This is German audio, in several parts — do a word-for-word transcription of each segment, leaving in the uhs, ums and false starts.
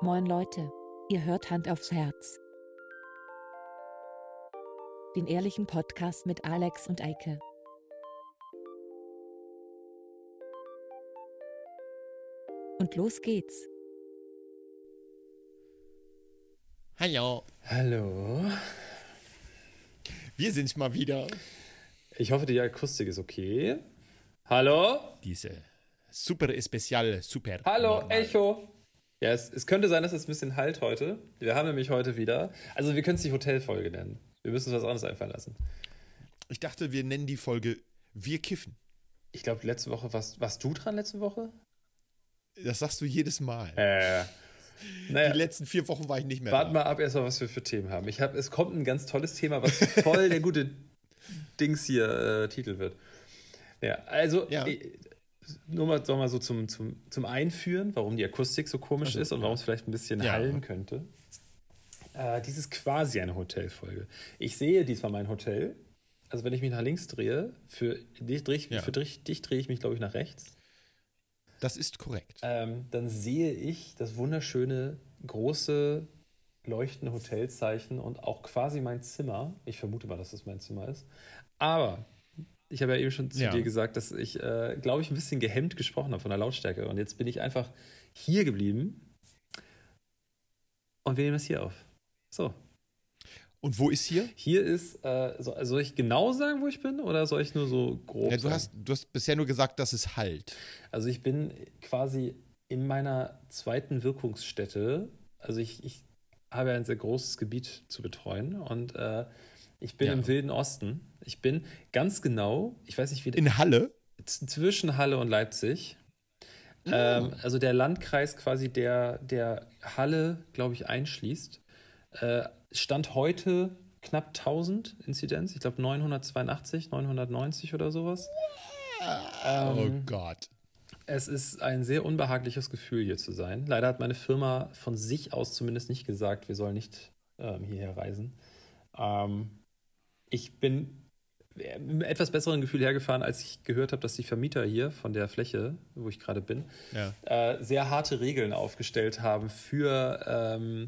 Moin Leute, ihr hört Hand aufs Herz. Den ehrlichen Podcast mit Alex und Eike. Und los geht's. Hallo. Hallo. Wir sind's mal wieder. Ich hoffe, die Akustik ist okay. Hallo? Diese super spezial, super. Hallo, normal. Echo. Ja, es, es könnte sein, dass es ein bisschen halt heute. Wir haben nämlich heute wieder, also wir können es die Hotelfolge nennen. Wir müssen uns was anderes einfallen lassen. Ich dachte, wir nennen die Folge Wir kiffen. Ich glaube, letzte Woche, warst, warst du dran letzte Woche? Das sagst du jedes Mal. Äh, naja, Die letzten vier Wochen war ich nicht mehr warten da. mal ab erstmal, was wir für Themen haben. Ich hab, es kommt ein ganz tolles Thema, was voll der gute Dings hier äh, Titel wird. Ja, also Ja. äh, nur mal, sag mal so zum, zum, zum Einführen, warum die Akustik so komisch Also, ist und warum es vielleicht ein bisschen Ja. hallen könnte. Äh, dies ist quasi eine Hotelfolge. Ich sehe diesmal mein Hotel. Also wenn ich mich nach links drehe, für dich drehe ich, Ja. für dich, dich drehe ich mich, glaube ich, nach rechts. Das ist korrekt. Ähm, dann sehe ich das wunderschöne, große, leuchtende Hotelzeichen und auch quasi mein Zimmer. Ich vermute mal, dass das mein Zimmer ist. Aber ich habe ja eben schon zu Ja. dir gesagt, dass ich, äh, glaube ich, ein bisschen gehemmt gesprochen habe von der Lautstärke. Und jetzt bin ich einfach hier geblieben. Und wir nehmen das hier auf. So. Und wo ist hier? Hier ist, äh, so, soll ich genau sagen, wo ich bin? Oder soll ich nur so grob Ja, du, sagen? hast, du hast bisher nur gesagt, dass es halt. Also ich bin quasi in meiner zweiten Wirkungsstätte. Also ich, ich habe ein sehr großes Gebiet zu betreuen und äh, ich bin Ja. im Wilden Osten. Ich bin ganz genau, ich weiß nicht wie, In Halle? z- zwischen Halle und Leipzig. Ähm, also der Landkreis quasi, der, der Halle, glaube ich, einschließt. Äh, Stand heute knapp tausend Inzidenz. Ich glaube neunhundertzweiundachtzig, neunhundertneunzig oder sowas. oh Ähm, Gott. Es ist ein sehr unbehagliches Gefühl, hier zu sein. Leider hat meine Firma von sich aus zumindest nicht gesagt, wir sollen nicht ähm, hierher reisen. Ähm, ich bin mit einem etwas besseren Gefühl hergefahren, als ich gehört habe, dass die Vermieter hier von der Fläche, wo ich gerade bin, Ja. äh, sehr harte Regeln aufgestellt haben für, ähm,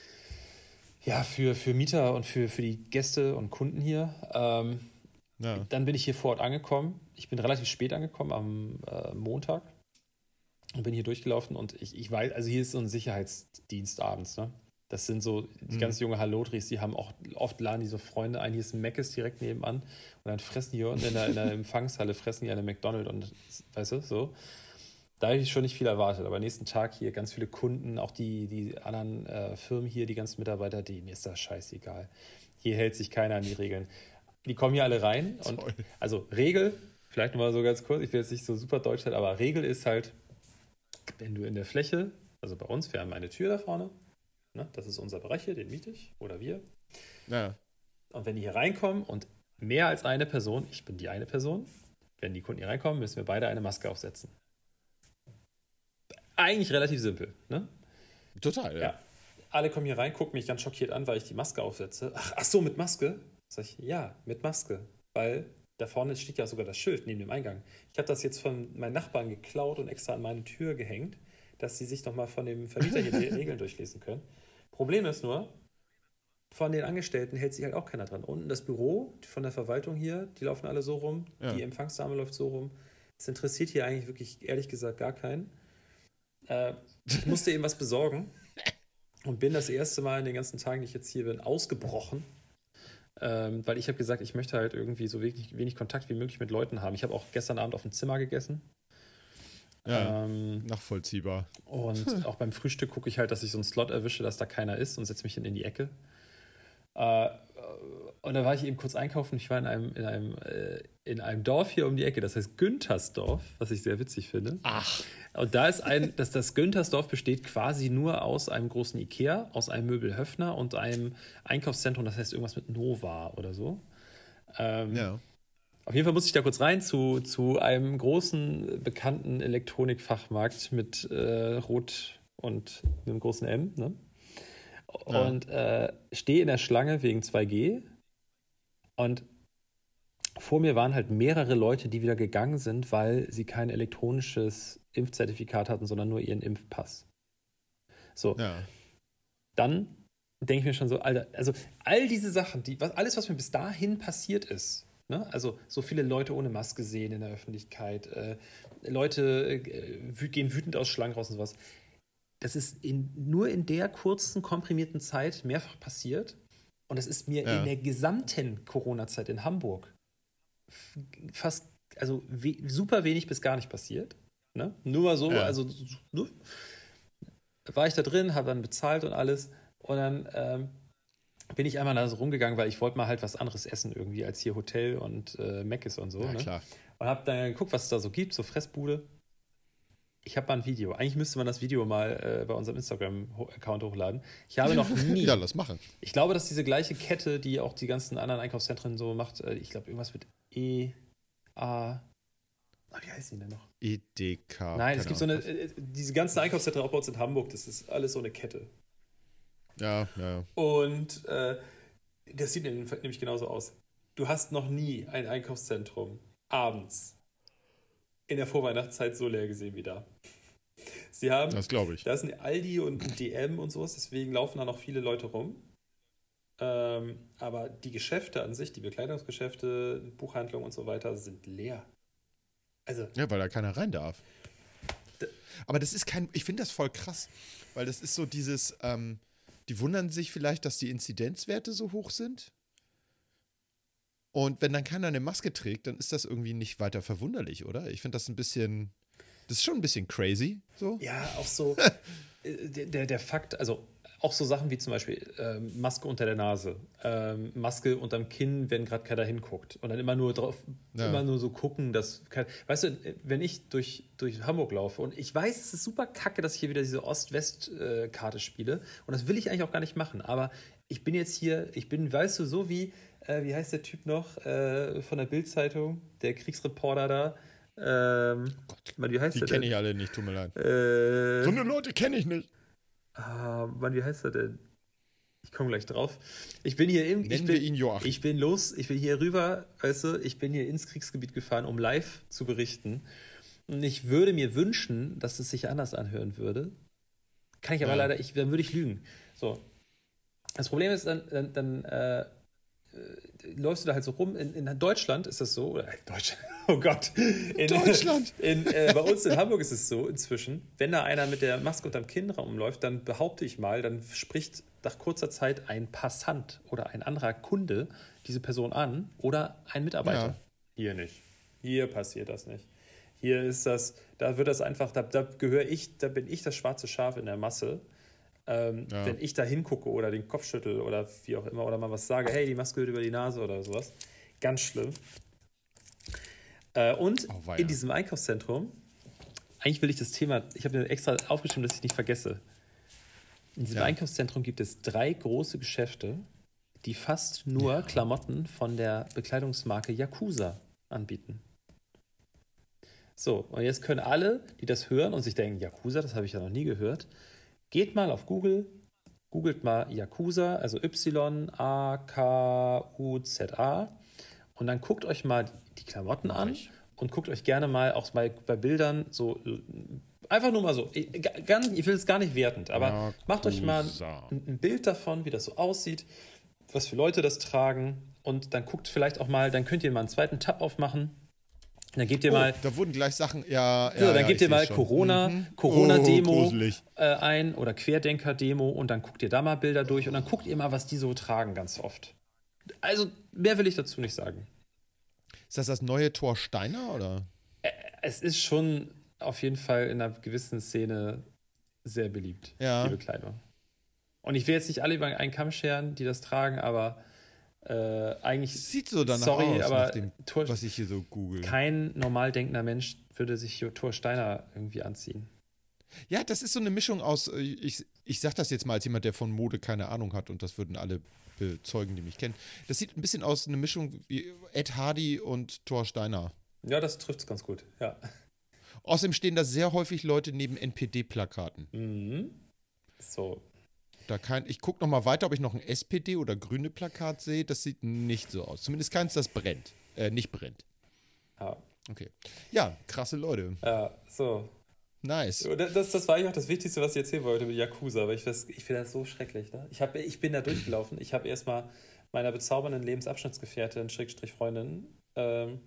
ja, für, für Mieter und für, für die Gäste und Kunden hier. Ähm, Ja. Dann bin ich hier vor Ort angekommen. Ich bin relativ spät angekommen, am äh, Montag. Und bin hier durchgelaufen. Und ich, ich weiß, also hier ist so ein Sicherheitsdienst abends, ne? Das sind so die Mhm. ganz junge Hallodris, die haben auch, oft laden die so Freunde ein. Hier ist ein Mc's direkt nebenan. Und dann fressen die hier unten in der, in der Empfangshalle, fressen die eine McDonald's und, weißt du, so. Da habe ich schon nicht viel erwartet. Aber nächsten Tag hier ganz viele Kunden, auch die, die anderen äh, Firmen hier, die ganzen Mitarbeiter, denen ist das scheißegal. Hier hält sich keiner an die Regeln. Die kommen hier alle rein und Toll. also Regel, vielleicht nochmal so ganz kurz, ich will jetzt nicht so super deutsch sein, aber Regel ist halt, wenn du in der Fläche, also bei uns, wir haben eine Tür da vorne, ne, das ist unser Bereich hier, den miete ich oder wir. Ja. Und wenn die hier reinkommen und mehr als eine Person, ich bin die eine Person, wenn die Kunden hier reinkommen, müssen wir beide eine Maske aufsetzen. Eigentlich relativ simpel, ne? Total, ja. Ja. Alle kommen hier rein, gucken mich ganz schockiert an, weil ich die Maske aufsetze. Ach, ach so, mit Maske? Sag ich, ja, mit Maske. Weil da vorne steht ja sogar das Schild neben dem Eingang. Ich habe das jetzt von meinen Nachbarn geklaut und extra an meine Tür gehängt, dass sie sich nochmal von dem Vermieter hier die Regeln durchlesen können. Problem ist nur, von den Angestellten hält sich halt auch keiner dran. Unten das Büro von der Verwaltung hier, die laufen alle so rum. Ja. Die Empfangsdame läuft so rum. Es interessiert hier eigentlich wirklich, ehrlich gesagt, gar keinen. Äh, ich musste eben was besorgen und bin das erste Mal in den ganzen Tagen, die ich jetzt hier bin, ausgebrochen. Ähm, weil ich habe gesagt, ich möchte halt irgendwie so wenig, wenig Kontakt wie möglich mit Leuten haben. Ich habe auch gestern Abend auf dem Zimmer gegessen. Ja. Ähm, Nachvollziehbar. und auch beim Frühstück gucke ich halt, dass ich so einen Slot erwische, dass da keiner ist und setze mich hin in die Ecke. Äh, und da war ich eben kurz einkaufen. Ich war in einem, in, einem, äh, in einem Dorf hier um die Ecke, das heißt Güntersdorf, was ich sehr witzig finde. Ach. Und da ist ein, dass das Güntersdorf besteht quasi nur aus einem großen Ikea, aus einem Möbel Höffner und einem Einkaufszentrum, das heißt irgendwas mit Nova oder so. Ähm, Ja. Auf jeden Fall musste ich da kurz rein zu, zu einem großen, bekannten Elektronikfachmarkt mit äh, Rot und einem großen M. Ne? Und äh, stehe in der Schlange wegen zwei G. Und vor mir waren halt mehrere Leute, die wieder gegangen sind, weil sie kein elektronisches Impfzertifikat hatten, sondern nur ihren Impfpass. So, Ja. dann denke ich mir schon so, Alter, also all diese Sachen, die, was, alles, was mir bis dahin passiert ist, ne? Also so viele Leute ohne Maske sehen in der Öffentlichkeit, äh, Leute äh, wü- gehen wütend aus Schlangen raus und sowas. Das ist in, nur in der kurzen, komprimierten Zeit mehrfach passiert. Und das ist mir Ja. in der gesamten Corona-Zeit in Hamburg f- fast, also we super wenig bis gar nicht passiert. Ne? Nur mal so, Ja. also nur, war ich da drin, habe dann bezahlt und alles. Und dann ähm, bin ich einmal da so rumgegangen, weil ich wollte mal halt was anderes essen irgendwie als hier Hotel und äh, Mc's und so. Ja, ne? klar. Und habe dann geguckt, was es da so gibt, so Fressbude. Ich habe mal ein Video. Eigentlich müsste man das Video mal äh, bei unserem Instagram-Account hochladen. Ich habe noch nie. Ja, lass machen. Ich glaube, dass diese gleiche Kette, die auch die ganzen anderen Einkaufszentren so macht, äh, ich glaube, irgendwas mit E, A. Oh, wie heißt die denn noch? E D K. Nein, es keine gibt so eine. Ahnung. Äh, diese ganzen Einkaufszentren auch bei uns in Hamburg, das ist alles so eine Kette. Ja, ja. Und äh, das sieht nämlich genauso aus. Du hast noch nie ein Einkaufszentrum abends in der Vorweihnachtszeit so leer gesehen wie da. Sie haben, Das glaube ich. da ist ein Aldi und ein D M und sowas, deswegen laufen da noch viele Leute rum. Ähm, aber die Geschäfte an sich, die Bekleidungsgeschäfte, Buchhandlung und so weiter, sind leer. Also, Ja, weil da keiner rein darf. D- Aber das ist kein, ich finde das voll krass, weil das ist so dieses, ähm, die wundern sich vielleicht, dass die Inzidenzwerte so hoch sind. Und wenn dann keiner eine Maske trägt, dann ist das irgendwie nicht weiter verwunderlich, oder? Ich finde das ein bisschen, das ist schon ein bisschen crazy, so. ja, auch so äh, der, der, der Fakt, also auch so Sachen wie zum Beispiel ähm, Maske unter der Nase, ähm, Maske unterm Kinn, wenn gerade keiner hinguckt. Und dann immer nur drauf, Ja. immer nur so gucken, dass kein, weißt du, wenn ich durch, durch Hamburg laufe und ich weiß, es ist super kacke, dass ich hier wieder diese Ost-West-Karte spiele. Und das will ich eigentlich auch gar nicht machen. Aber ich bin jetzt hier, ich bin, weißt du, so wie, äh, wie heißt der Typ noch äh, von der Bild-Zeitung, der Kriegsreporter da. Ähm, Mann, wie heißt Die der kenne denn? ich alle nicht, tut mir leid. Äh, So eine Leute kenne ich nicht. Ah, Mann, wie heißt er denn? Ich komme gleich drauf. Ich bin hier im. Ich Nennen bin, wir ihn Joachim. Ich bin los, ich bin hier rüber, weißt du, ich bin hier ins Kriegsgebiet gefahren, um live zu berichten. Und ich würde mir wünschen, dass es sich anders anhören würde. Kann ich aber Ja. leider, ich, dann würde ich lügen. So. Das Problem ist, dann, dann, dann äh, äh, läufst du da halt so rum. In, in Deutschland ist das so, oder in Deutschland, oh Gott. In Deutschland. In, äh, bei uns in Hamburg ist es so inzwischen, wenn da einer mit der Maske unterm Kinn rumläuft, dann behaupte ich mal, dann spricht nach kurzer Zeit ein Passant oder ein anderer Kunde diese Person an oder ein Mitarbeiter. Ja. Hier nicht. Hier passiert das nicht. Hier ist das, da wird das einfach, da, da gehöre ich, da bin ich das schwarze Schaf in der Masse. Ähm, Ja. Wenn ich da hingucke oder den Kopf schüttel oder wie auch immer oder mal was sage, hey, die Maske wird über die Nase oder sowas. Ganz schlimm. Äh, und Oh, weia. in diesem Einkaufszentrum, eigentlich will ich das Thema, ich habe mir extra aufgeschrieben, dass ich es nicht vergesse. In diesem Ja. Einkaufszentrum gibt es drei große Geschäfte, die fast nur Klamotten von der Bekleidungsmarke Yakuza anbieten. So, und jetzt können alle, die das hören und sich denken, Yakuza, das habe ich ja noch nie gehört, geht mal auf Google, googelt mal Yakuza, also Y A K U Z A und dann guckt euch mal die Klamotten an ich. und guckt euch gerne mal auch mal bei Bildern so, einfach nur mal so, ich, gar nicht, ich will es gar nicht wertend, aber macht euch mal Yakuza. ein, ein Bild davon, wie das so aussieht, was für Leute das tragen und dann guckt vielleicht auch mal, dann könnt ihr mal einen zweiten Tab aufmachen. Dann gebt ihr mal, Oh, da wurden gleich Sachen, ja, ja, so, dann ja, gebt ich ihr mal seh's schon. Corona, Mhm. Corona-Demo Oh, gruselig. äh, ein oder Querdenker-Demo und dann guckt ihr da mal Bilder durch und dann guckt ihr mal, was die so tragen ganz oft. Also mehr will ich dazu nicht sagen. Ist das das neue Thor Steiner, oder? Es ist schon auf jeden Fall in einer gewissen Szene sehr beliebt, Ja. die Bekleidung. Und ich will jetzt nicht alle über einen Kamm scheren, die das tragen, aber äh, eigentlich, Sieht so danach sorry, aus, aber nach dem, Thor, was ich hier so google. kein normal denkender Mensch würde sich Thor Steiner irgendwie anziehen. Ja, das ist so eine Mischung aus, äh, ich, ich sag das jetzt mal als jemand, der von Mode keine Ahnung hat und das würden alle bezeugen, die mich kennen. Das sieht ein bisschen aus, eine Mischung wie Ed Hardy und Thor Steiner. Ja, das trifft es ganz gut, ja. Außerdem stehen da sehr häufig Leute neben N P D-Plakaten. Mhm. So. Da kein, ich gucke noch mal weiter, ob ich noch ein S P D oder grüne Plakat sehe. Das sieht nicht so aus. Zumindest keins, das brennt. Äh, nicht brennt. Ja. Okay. Ja, krasse Leute. Ja, so. Nice. Das, das war eigentlich auch das Wichtigste, was ich erzählen wollte mit Yakuza, aber ich, ich finde das so schrecklich. Ne? Ich, hab, ich bin da durchgelaufen. Ich habe erstmal meiner bezaubernden Lebensabschnittsgefährtin, Schrägstrich Freundin, ähm,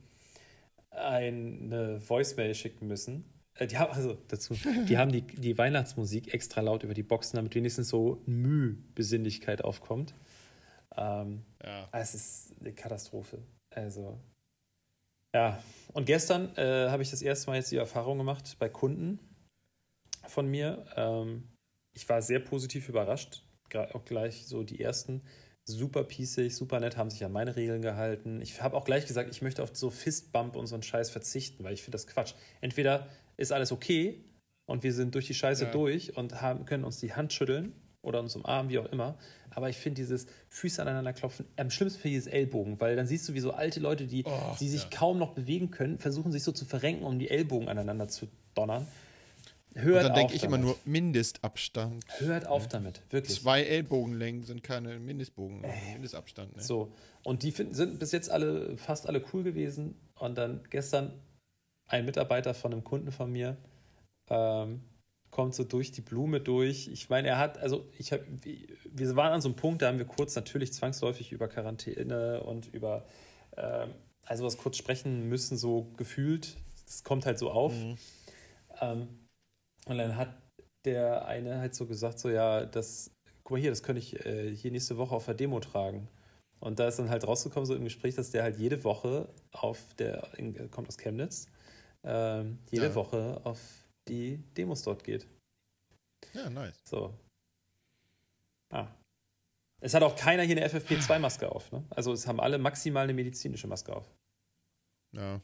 eine Voicemail schicken müssen. Äh, die haben, also dazu, die haben die, die Weihnachtsmusik extra laut über die Boxen, damit wenigstens so Müh-Besinnlichkeit aufkommt. Ähm, ja. Es ist eine Katastrophe. Also, ja. Und gestern äh, habe ich das erste Mal jetzt die Erfahrung gemacht bei Kunden von mir. Ähm, ich war sehr positiv überrascht. Auch gleich so die ersten. Super pießig, super nett, haben sich an meine Regeln gehalten. Ich habe auch gleich gesagt, ich möchte auf so Fistbump und so einen Scheiß verzichten, weil ich finde das Quatsch. Entweder ist alles okay und wir sind durch die Scheiße Ja. durch und haben, können uns die Hand schütteln oder uns umarmen, wie auch immer. Aber ich finde dieses Füße aneinander klopfen, am schlimmsten für dieses Ellbogen, weil dann siehst du, wie so alte Leute, die, Oh, die sich ja. kaum noch bewegen können, versuchen sich so zu verrenken, um die Ellbogen aneinander zu donnern. Und Hört dann denke auf ich immer damit. nur Mindestabstand. Hört auf damit, wirklich. Zwei Ellbogenlängen sind keine Mindestbogen, Mindestabstand. Ne? So, und die finden, sind bis jetzt alle, fast alle cool gewesen. Und dann gestern ein Mitarbeiter von einem Kunden von mir ähm, kommt so durch die Blume durch. Ich meine, er hat, also ich habe, wir waren an so einem Punkt, da haben wir kurz natürlich zwangsläufig über Quarantäne und über ähm, also was kurz sprechen müssen, so gefühlt. Das kommt halt so auf. Mhm. Ähm, und dann hat der eine halt so gesagt, so ja, das, guck mal hier, das könnte ich äh, hier nächste Woche auf der Demo tragen. Und da ist dann halt rausgekommen, so im Gespräch, dass der halt jede Woche auf der, in, kommt aus Chemnitz, ähm, jede Ja. Woche auf die Demos dort geht. Ja, nice. So. Ah. Es hat auch keiner hier eine F F P zwei Maske auf, ne? Also es haben alle maximal eine medizinische Maske auf. Ja.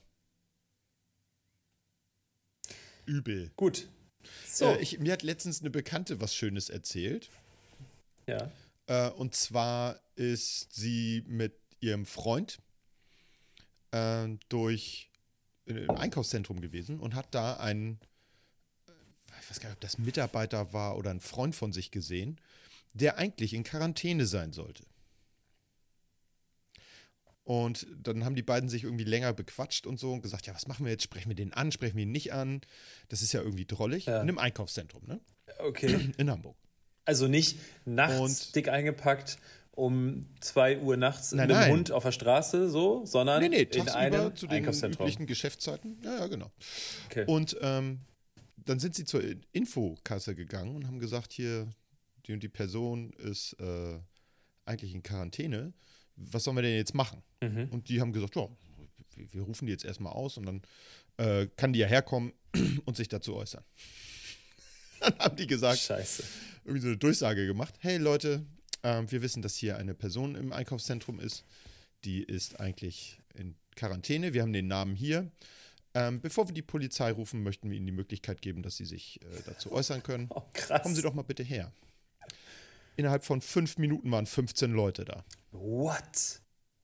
Übel. Gut. So. Äh, ich, mir hat letztens eine Bekannte was Schönes erzählt. Ja. Äh, und zwar ist sie mit ihrem Freund äh, durch ein Einkaufszentrum gewesen und hat da einen, ich weiß gar nicht, ob das Mitarbeiter war oder ein Freund von sich gesehen, der eigentlich in Quarantäne sein sollte. Und dann haben die beiden sich irgendwie länger bequatscht und so und gesagt, ja, was machen wir jetzt? Sprechen wir den an, sprechen wir ihn nicht an? Das ist ja irgendwie drollig. Ja. In einem Einkaufszentrum, ne? Okay. In Hamburg. Also nicht nachts Und- dick eingepackt um zwei Uhr nachts Nein, mit dem nein. Hund auf der Straße, so, sondern Nee, nee, in tagsüber einem zu den Einkaufszentrum. üblichen Geschäftszeiten. Ja, ja, genau. Okay. Und ähm, dann sind sie zur Infokasse gegangen und haben gesagt, hier, die und die Person ist äh, eigentlich in Quarantäne. Was sollen wir denn jetzt machen? Mhm. Und die haben gesagt, ja, wir, wir rufen die jetzt erstmal aus und dann äh, kann die ja herkommen und sich dazu äußern. Dann haben die gesagt, Scheiße. irgendwie so eine Durchsage gemacht. Hey Leute, ähm, wir wissen, dass hier eine Person im Einkaufszentrum ist. Die ist eigentlich in Quarantäne. Wir haben den Namen hier. Ähm, bevor wir die Polizei rufen, möchten wir Ihnen die Möglichkeit geben, dass Sie sich äh, dazu äußern können. Oh, krass. Kommen Sie doch mal bitte her. Innerhalb von fünf Minuten waren fünfzehn Leute da. What?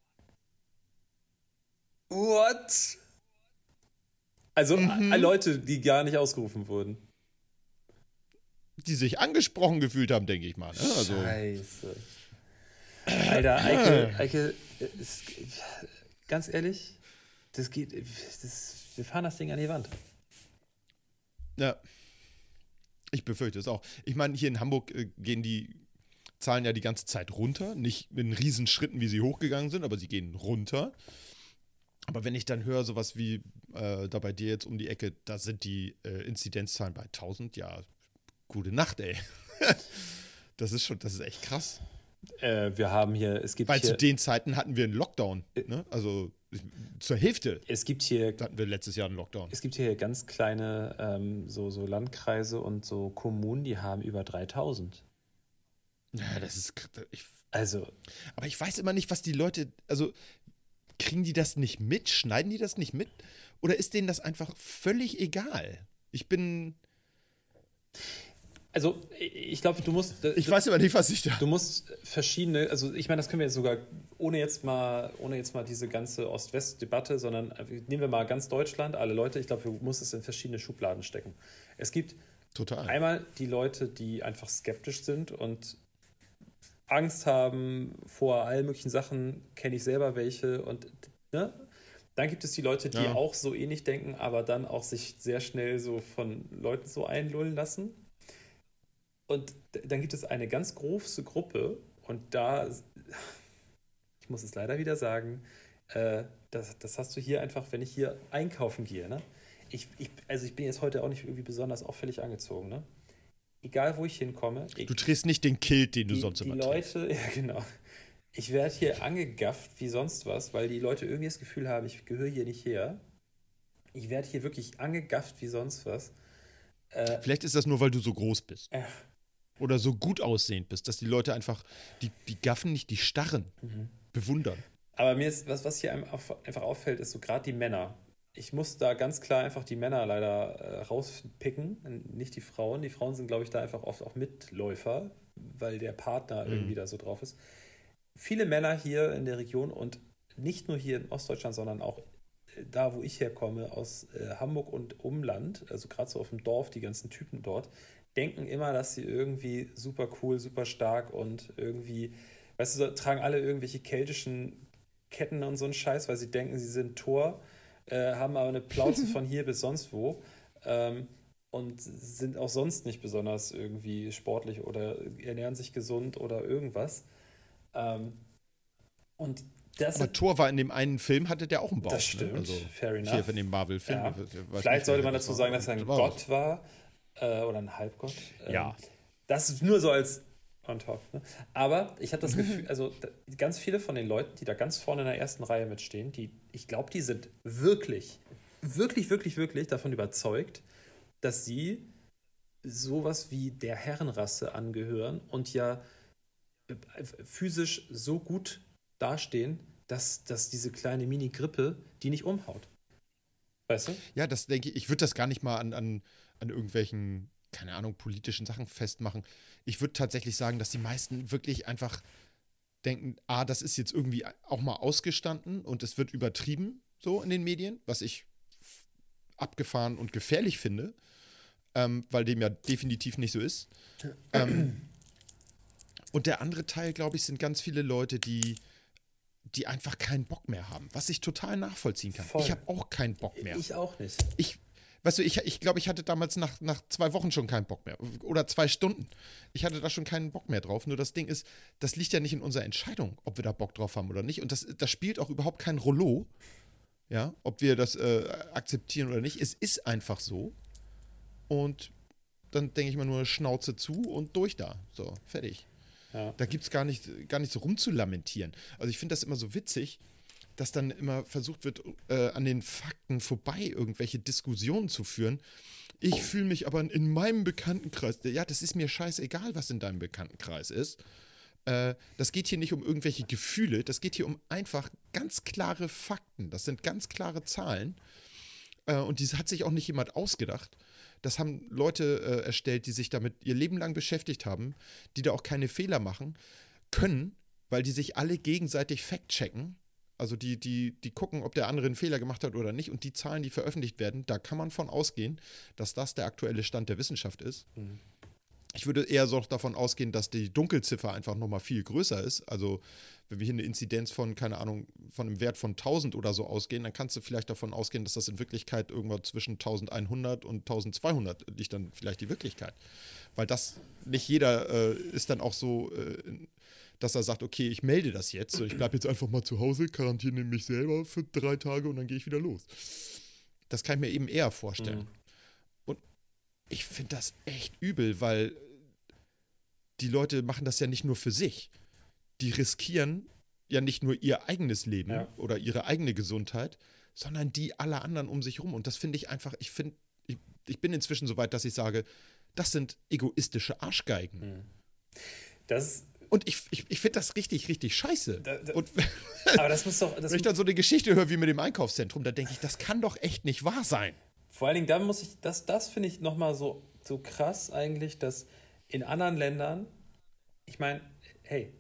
What? Also Mhm. äh, Leute, die gar nicht ausgerufen wurden. Die sich angesprochen gefühlt haben, denke ich mal. Ne? Also, Scheiße. Alter, Eike, Eike äh, ist, ganz ehrlich, das geht, das, wir fahren das Ding an die Wand. ja. Ich befürchte es auch. Ich meine, hier in Hamburg äh, gehen die Zahlen ja die ganze Zeit runter. Nicht in Riesenschritten, wie sie hochgegangen sind, aber sie gehen runter. Aber wenn ich dann höre, sowas wie äh, da bei dir jetzt um die Ecke, da sind die äh, Inzidenzzahlen bei tausend, ja, gute Nacht, ey. Das ist schon, das ist echt krass. Äh, wir haben hier, es gibt Weil hier, zu den Zeiten hatten wir einen Lockdown. Ne? Also zur Hälfte es gibt hier hatten wir letztes Jahr einen Lockdown. Es gibt hier ganz kleine ähm, so, so Landkreise und so Kommunen, die haben über dreitausend. Ja, das ist. Ich, Also, aber ich weiß immer nicht, was die Leute. Also, kriegen die das nicht mit? Schneiden die das nicht mit? Oder ist denen das einfach völlig egal? Ich bin. also ich glaube, du musst. Ich weiß immer nicht, was ich da. Du musst verschiedene, also ich meine, das können wir jetzt sogar, ohne jetzt mal, ohne jetzt mal diese ganze Ost-West-Debatte, sondern nehmen wir mal ganz Deutschland, alle Leute, ich glaube, du musst es in verschiedene Schubladen stecken. Es gibt Total. einmal die Leute, die einfach skeptisch sind und Angst haben vor allen möglichen Sachen, kenne ich selber welche und ne? Dann gibt es die Leute, die Ja. auch so ähnlich denken, aber dann auch sich sehr schnell so von Leuten so einlullen lassen. Und d- dann gibt es eine ganz große Gruppe und da, ich muss es leider wieder sagen, äh, das, das hast du hier einfach, wenn ich hier einkaufen gehe, ne? Ich, ich, also ich bin jetzt heute auch nicht irgendwie besonders auffällig angezogen, ne? Egal, wo ich hinkomme, ich, Du trägst nicht den Kilt, den du die, sonst die immer trägst. Leute, ja genau, ich werde hier angegafft wie sonst was, weil die Leute irgendwie das Gefühl haben, ich gehöre hier nicht her. Ich werde hier wirklich angegafft wie sonst was. Äh, Vielleicht ist das nur, weil du so groß bist. äh, Oder so gut aussehend bist, dass die Leute einfach, die, die gaffen nicht, die starren, bewundern. aber mir ist, was, was hier einem auf, einfach auffällt, ist so gerade die Männer. Ich muss da ganz klar einfach die Männer leider äh, rauspicken, nicht die Frauen. Die Frauen sind, glaube ich, da einfach oft auch Mitläufer, weil der Partner Mhm. irgendwie da so drauf ist. Viele Männer hier in der Region und nicht nur hier in Ostdeutschland, sondern auch äh, da, wo ich herkomme, aus äh, Hamburg und Umland, also gerade so auf dem Dorf, die ganzen Typen dort, denken immer, dass sie irgendwie super cool, super stark und irgendwie, weißt du, so, tragen alle irgendwelche keltischen Ketten und so einen Scheiß, weil sie denken, sie sind Thor, äh, haben aber eine Plauze von hier bis sonst wo ähm, und sind auch sonst nicht besonders irgendwie sportlich oder ernähren sich gesund oder irgendwas. Ähm, und das, Aber Thor war in dem einen Film, hatte der auch einen Bauch. das stimmt, Ne? Also, fair enough. hier von dem Marvel-Film. Ja. Ich weiß Vielleicht nicht, sollte wer man das dazu war. sagen, dass er ein Das war Gott war äh, oder ein Halbgott. Ähm, Ja. Das ist nur so als on top. Ne? Aber ich habe das Gefühl, also da, ganz viele von den Leuten, die da ganz vorne in der ersten Reihe mitstehen, die, ich glaube, die sind wirklich, wirklich, wirklich, wirklich davon überzeugt, dass sie sowas wie der Herrenrasse angehören und ja äh, physisch so gut dastehen, dass, dass diese kleine Mini-Grippe die nicht umhaut. Weißt du? Ja, das denke ich, ich würde das gar nicht mal an, an, an irgendwelchen, keine Ahnung, politischen Sachen festmachen. Ich würde tatsächlich sagen, dass die meisten wirklich einfach denken, ah, das ist jetzt irgendwie auch mal ausgestanden und es wird übertrieben, so in den Medien, was ich f- abgefahren und gefährlich finde, ähm, weil dem ja definitiv nicht so ist. Ähm, und der andere Teil, glaube ich, sind ganz viele Leute, die, die einfach keinen Bock mehr haben, was ich total nachvollziehen kann. Voll. Ich habe auch keinen Bock mehr. Ich auch nicht. Ich, weißt du, ich, ich glaube, ich hatte damals nach, nach zwei Wochen schon keinen Bock mehr. Oder zwei Stunden. Ich hatte da schon keinen Bock mehr drauf. Nur das Ding ist, das liegt ja nicht in unserer Entscheidung, ob wir da Bock drauf haben oder nicht. Und das, das spielt auch überhaupt kein Rollo, ja, ob wir das äh, akzeptieren oder nicht. Es ist einfach so. Und dann denke ich mal nur Schnauze zu und durch da. So, fertig. Ja. Da gibt es gar nicht, gar nicht so rumzulamentieren. Also ich finde das immer so witzig, dass dann immer versucht wird, äh, an den Fakten vorbei irgendwelche Diskussionen zu führen. Ich fühle mich aber in meinem Bekanntenkreis, ja, das ist mir scheißegal, was in deinem Bekanntenkreis ist. Äh, das geht hier nicht um irgendwelche Gefühle, das geht hier um einfach ganz klare Fakten. Das sind ganz klare Zahlen. Äh, und die hat sich auch nicht jemand ausgedacht. Das haben Leute äh, erstellt, die sich damit ihr Leben lang beschäftigt haben, die da auch keine Fehler machen können, weil die sich alle gegenseitig fact-checken. Also die, die, die gucken, ob der andere einen Fehler gemacht hat oder nicht. Und die Zahlen, die veröffentlicht werden, da kann man von ausgehen, dass das der aktuelle Stand der Wissenschaft ist. Mhm. Ich würde eher so davon ausgehen, dass die Dunkelziffer einfach nochmal viel größer ist. Also wenn wir hier eine Inzidenz von, keine Ahnung, von einem Wert von tausend oder so ausgehen, dann kannst du vielleicht davon ausgehen, dass das in Wirklichkeit irgendwann zwischen eintausendeinhundert und eintausendzweihundert liegt dann vielleicht die Wirklichkeit. Weil das, nicht jeder äh, ist dann auch so, äh, dass er sagt, okay, ich melde das jetzt. So, ich bleibe jetzt einfach mal zu Hause, quarantiere mich selber für drei Tage und dann gehe ich wieder los. Das kann ich mir eben eher vorstellen. Mhm. Ich finde das echt übel, weil die Leute machen das ja nicht nur für sich. Die riskieren ja nicht nur ihr eigenes Leben Ja. oder ihre eigene Gesundheit, sondern die aller anderen um sich rum. Und das finde ich einfach, ich finde, ich, ich bin inzwischen so weit, dass ich sage, das sind egoistische Arschgeigen. Mhm. Das, Und ich, ich, ich finde das richtig, richtig scheiße. Da- da- Und aber das muss doch. Das wenn ich dann so eine Geschichte höre wie mit dem Einkaufszentrum, da denke ich, das kann doch echt nicht wahr sein. Vor allen Dingen, da muss ich, das, das finde ich nochmal so, so krass eigentlich, dass in anderen Ländern, ich meine, hey,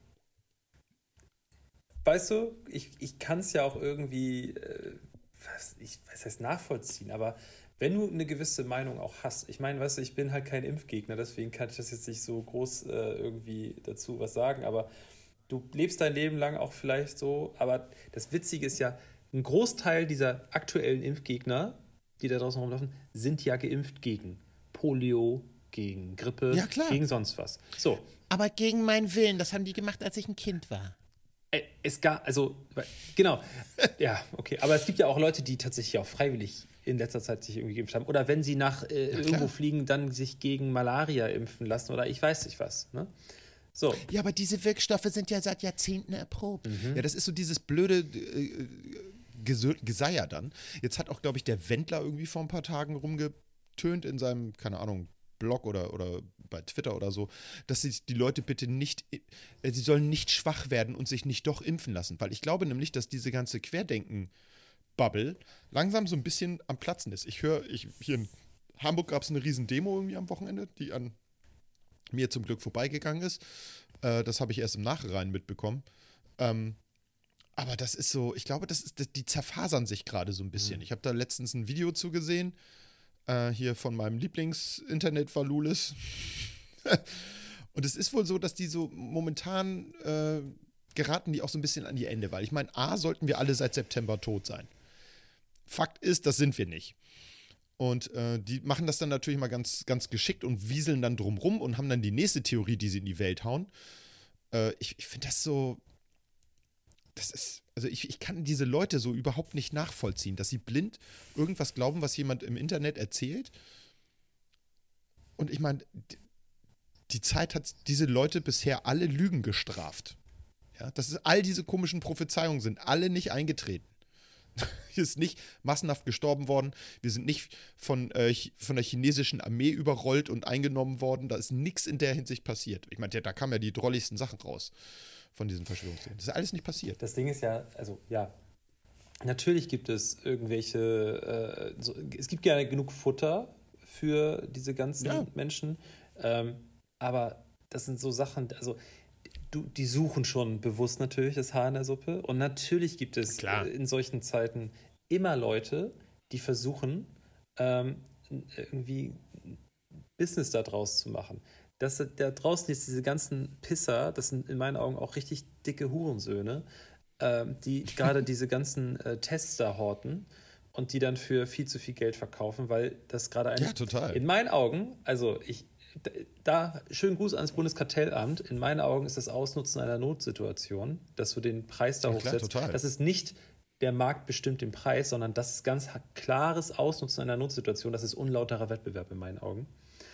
weißt du, ich, ich kann es ja auch irgendwie, äh, was, ich, was heißt nachvollziehen, aber wenn du eine gewisse Meinung auch hast, ich meine, weißt du, ich bin halt kein Impfgegner, deswegen kann ich das jetzt nicht so groß äh, irgendwie dazu was sagen, aber du lebst dein Leben lang auch vielleicht so, aber das Witzige ist ja, ein Großteil dieser aktuellen Impfgegner, die da draußen rumlaufen, sind ja geimpft gegen Polio, gegen Grippe, Ja, klar. gegen sonst was. So. Aber gegen meinen Willen, das haben die gemacht, als ich ein Kind war. Äh, Es gab, also, genau, ja, okay. Aber es gibt ja auch Leute, die tatsächlich auch freiwillig in letzter Zeit sich irgendwie geimpft haben. Oder wenn sie nach äh, Ja, irgendwo klar. fliegen, dann sich gegen Malaria impfen lassen oder ich weiß nicht was. Ne? So. Ja, aber diese Wirkstoffe sind ja seit Jahrzehnten erprobt. Ja, das ist so dieses blöde äh, Gesö- Geseier dann. Jetzt hat auch, glaube ich, der Wendler irgendwie vor ein paar Tagen rumgetönt in seinem, keine Ahnung, Blog oder, oder bei Twitter oder so, dass sich die Leute bitte nicht, äh, sie sollen nicht schwach werden und sich nicht doch impfen lassen. Weil ich glaube nämlich, dass diese ganze Querdenken-Bubble langsam so ein bisschen am Platzen ist. Ich höre, ich, hier in Hamburg gab es eine riesen Demo irgendwie am Wochenende, die an mir zum Glück vorbeigegangen ist. Äh, das habe ich erst im Nachhinein mitbekommen. Ähm, aber das ist so, ich glaube, das ist, das, die zerfasern sich gerade so ein bisschen. Mhm. Ich habe da letztens ein Video zugesehen, äh, hier von meinem Lieblings-Internet-Valulis. Und es ist wohl so, dass die so momentan äh, geraten die auch so ein bisschen an die Ende, weil ich meine, A, sollten wir alle seit September tot sein. Fakt ist, das sind wir nicht. Und äh, die machen das dann natürlich mal ganz, ganz geschickt und wieseln dann drumrum und haben dann die nächste Theorie, die sie in die Welt hauen. Äh, ich ich finde das so, das ist, also ich, ich kann diese Leute so überhaupt nicht nachvollziehen, dass sie blind irgendwas glauben, was jemand im Internet erzählt. Und ich meine, d- die Zeit hat diese Leute bisher alle Lügen gestraft. Ja, das ist, all diese komischen Prophezeiungen sind alle nicht eingetreten. Hier ist nicht massenhaft gestorben worden. Wir sind nicht von, äh, Ch- von der chinesischen Armee überrollt und eingenommen worden. Da ist nichts in der Hinsicht passiert. Ich meine, da kamen ja die drolligsten Sachen raus von diesen Verschwörungstheorien. Das ist alles nicht passiert. Das Ding ist ja, also ja, natürlich gibt es irgendwelche, äh, so, es gibt gerne genug Futter für diese ganzen Ja. Menschen, ähm, aber das sind so Sachen, also du, die suchen schon bewusst natürlich das Haar in der Suppe und natürlich gibt es Klar. äh, in solchen Zeiten immer Leute, die versuchen, ähm, irgendwie Business da draus zu machen. Das, da draußen ist diese ganzen Pisser, das sind in meinen Augen auch richtig dicke Hurensöhne, ähm, die gerade diese ganzen äh, Tests da horten und die dann für viel zu viel Geld verkaufen, weil das gerade ein... Ja, total. In meinen Augen, also ich, da, schönen Gruß ans Bundeskartellamt, in meinen Augen ist das Ausnutzen einer Notsituation, dass du den Preis da Ja, klar, hochsetzt. total. Das ist nicht der Markt bestimmt den Preis, sondern das ist ganz klares Ausnutzen einer Notsituation. Das ist unlauterer Wettbewerb in meinen Augen.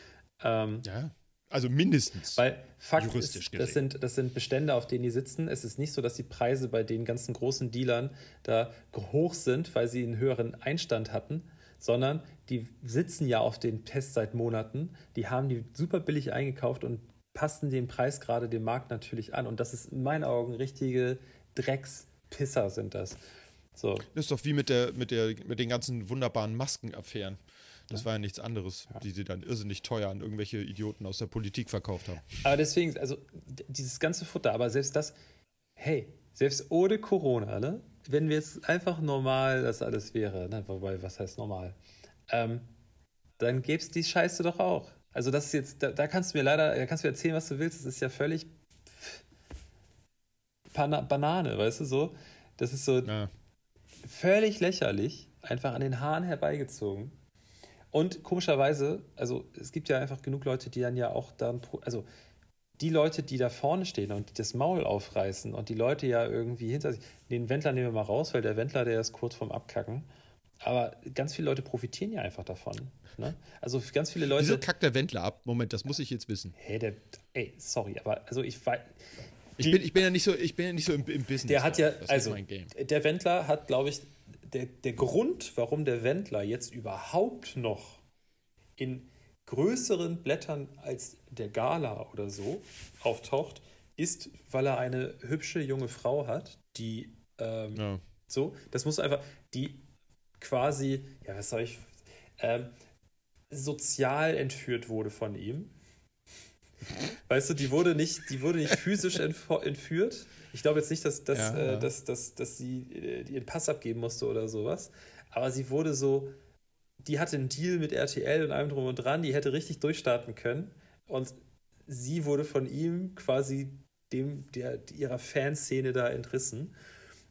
Ähm, Ja, also mindestens. weil Fakt juristisch ist, das gesehen. sind, das sind Bestände, auf denen die sitzen. Es ist nicht so, dass die Preise bei den ganzen großen Dealern da hoch sind, weil sie einen höheren Einstand hatten, sondern die sitzen ja auf den Tests seit Monaten. Die haben die super billig eingekauft und passen den Preis gerade dem Markt natürlich an. Und das ist in meinen Augen richtige Dreckspisser sind das. So. Das ist doch wie mit, der, mit, der, mit den ganzen wunderbaren Maskenaffären. Das war ja nichts anderes, die sie dann irrsinnig teuer an irgendwelche Idioten aus der Politik verkauft haben. Aber deswegen, also d- dieses ganze Futter, aber selbst das, hey, selbst ohne Corona, ne? Wenn wir jetzt einfach normal das alles wäre, ne? Wobei, was heißt normal? Ähm, dann gäbe es die Scheiße doch auch. Also das ist jetzt, da, da kannst du mir leider, da kannst du mir erzählen, was du willst, das ist ja völlig Pana Banane, weißt du so? Das ist so Ja. völlig lächerlich, einfach an den Haaren herbeigezogen. Und komischerweise, also es gibt ja einfach genug Leute, die dann ja auch dann, pro- also die Leute, die da vorne stehen und die das Maul aufreißen und die Leute ja irgendwie hinter sich, den Wendler nehmen wir mal raus, weil der Wendler, der ist kurz vorm Abkacken. Aber ganz viele Leute profitieren ja einfach davon. Ne? Also ganz viele Leute. Wieso kackt der Wendler ab? Moment, das muss ich jetzt wissen. Hey, der, ey, sorry, aber also ich weiß. Ich bin, ich bin ja nicht so, ich bin ja nicht so im, im Business. Der hat ja, das also ist mein Game. der Wendler hat, glaube ich, der, der Grund, warum der Wendler jetzt überhaupt noch in größeren Blättern als der Gala oder so auftaucht, ist, weil er eine hübsche junge Frau hat, die ähm, Ja. so, das muss einfach, die quasi, ja, was soll ich, ähm, sozial entführt wurde von ihm. Weißt du, die wurde nicht, die wurde nicht physisch entf- entführt. Ich glaube jetzt nicht, dass, dass, Ja, äh, ja. dass, dass, dass sie äh, ihren Pass abgeben musste oder sowas. Aber sie wurde so, die hatte einen Deal mit R T L und allem drum und dran, die hätte richtig durchstarten können. Und sie wurde von ihm quasi dem, der, ihrer Fanszene da entrissen.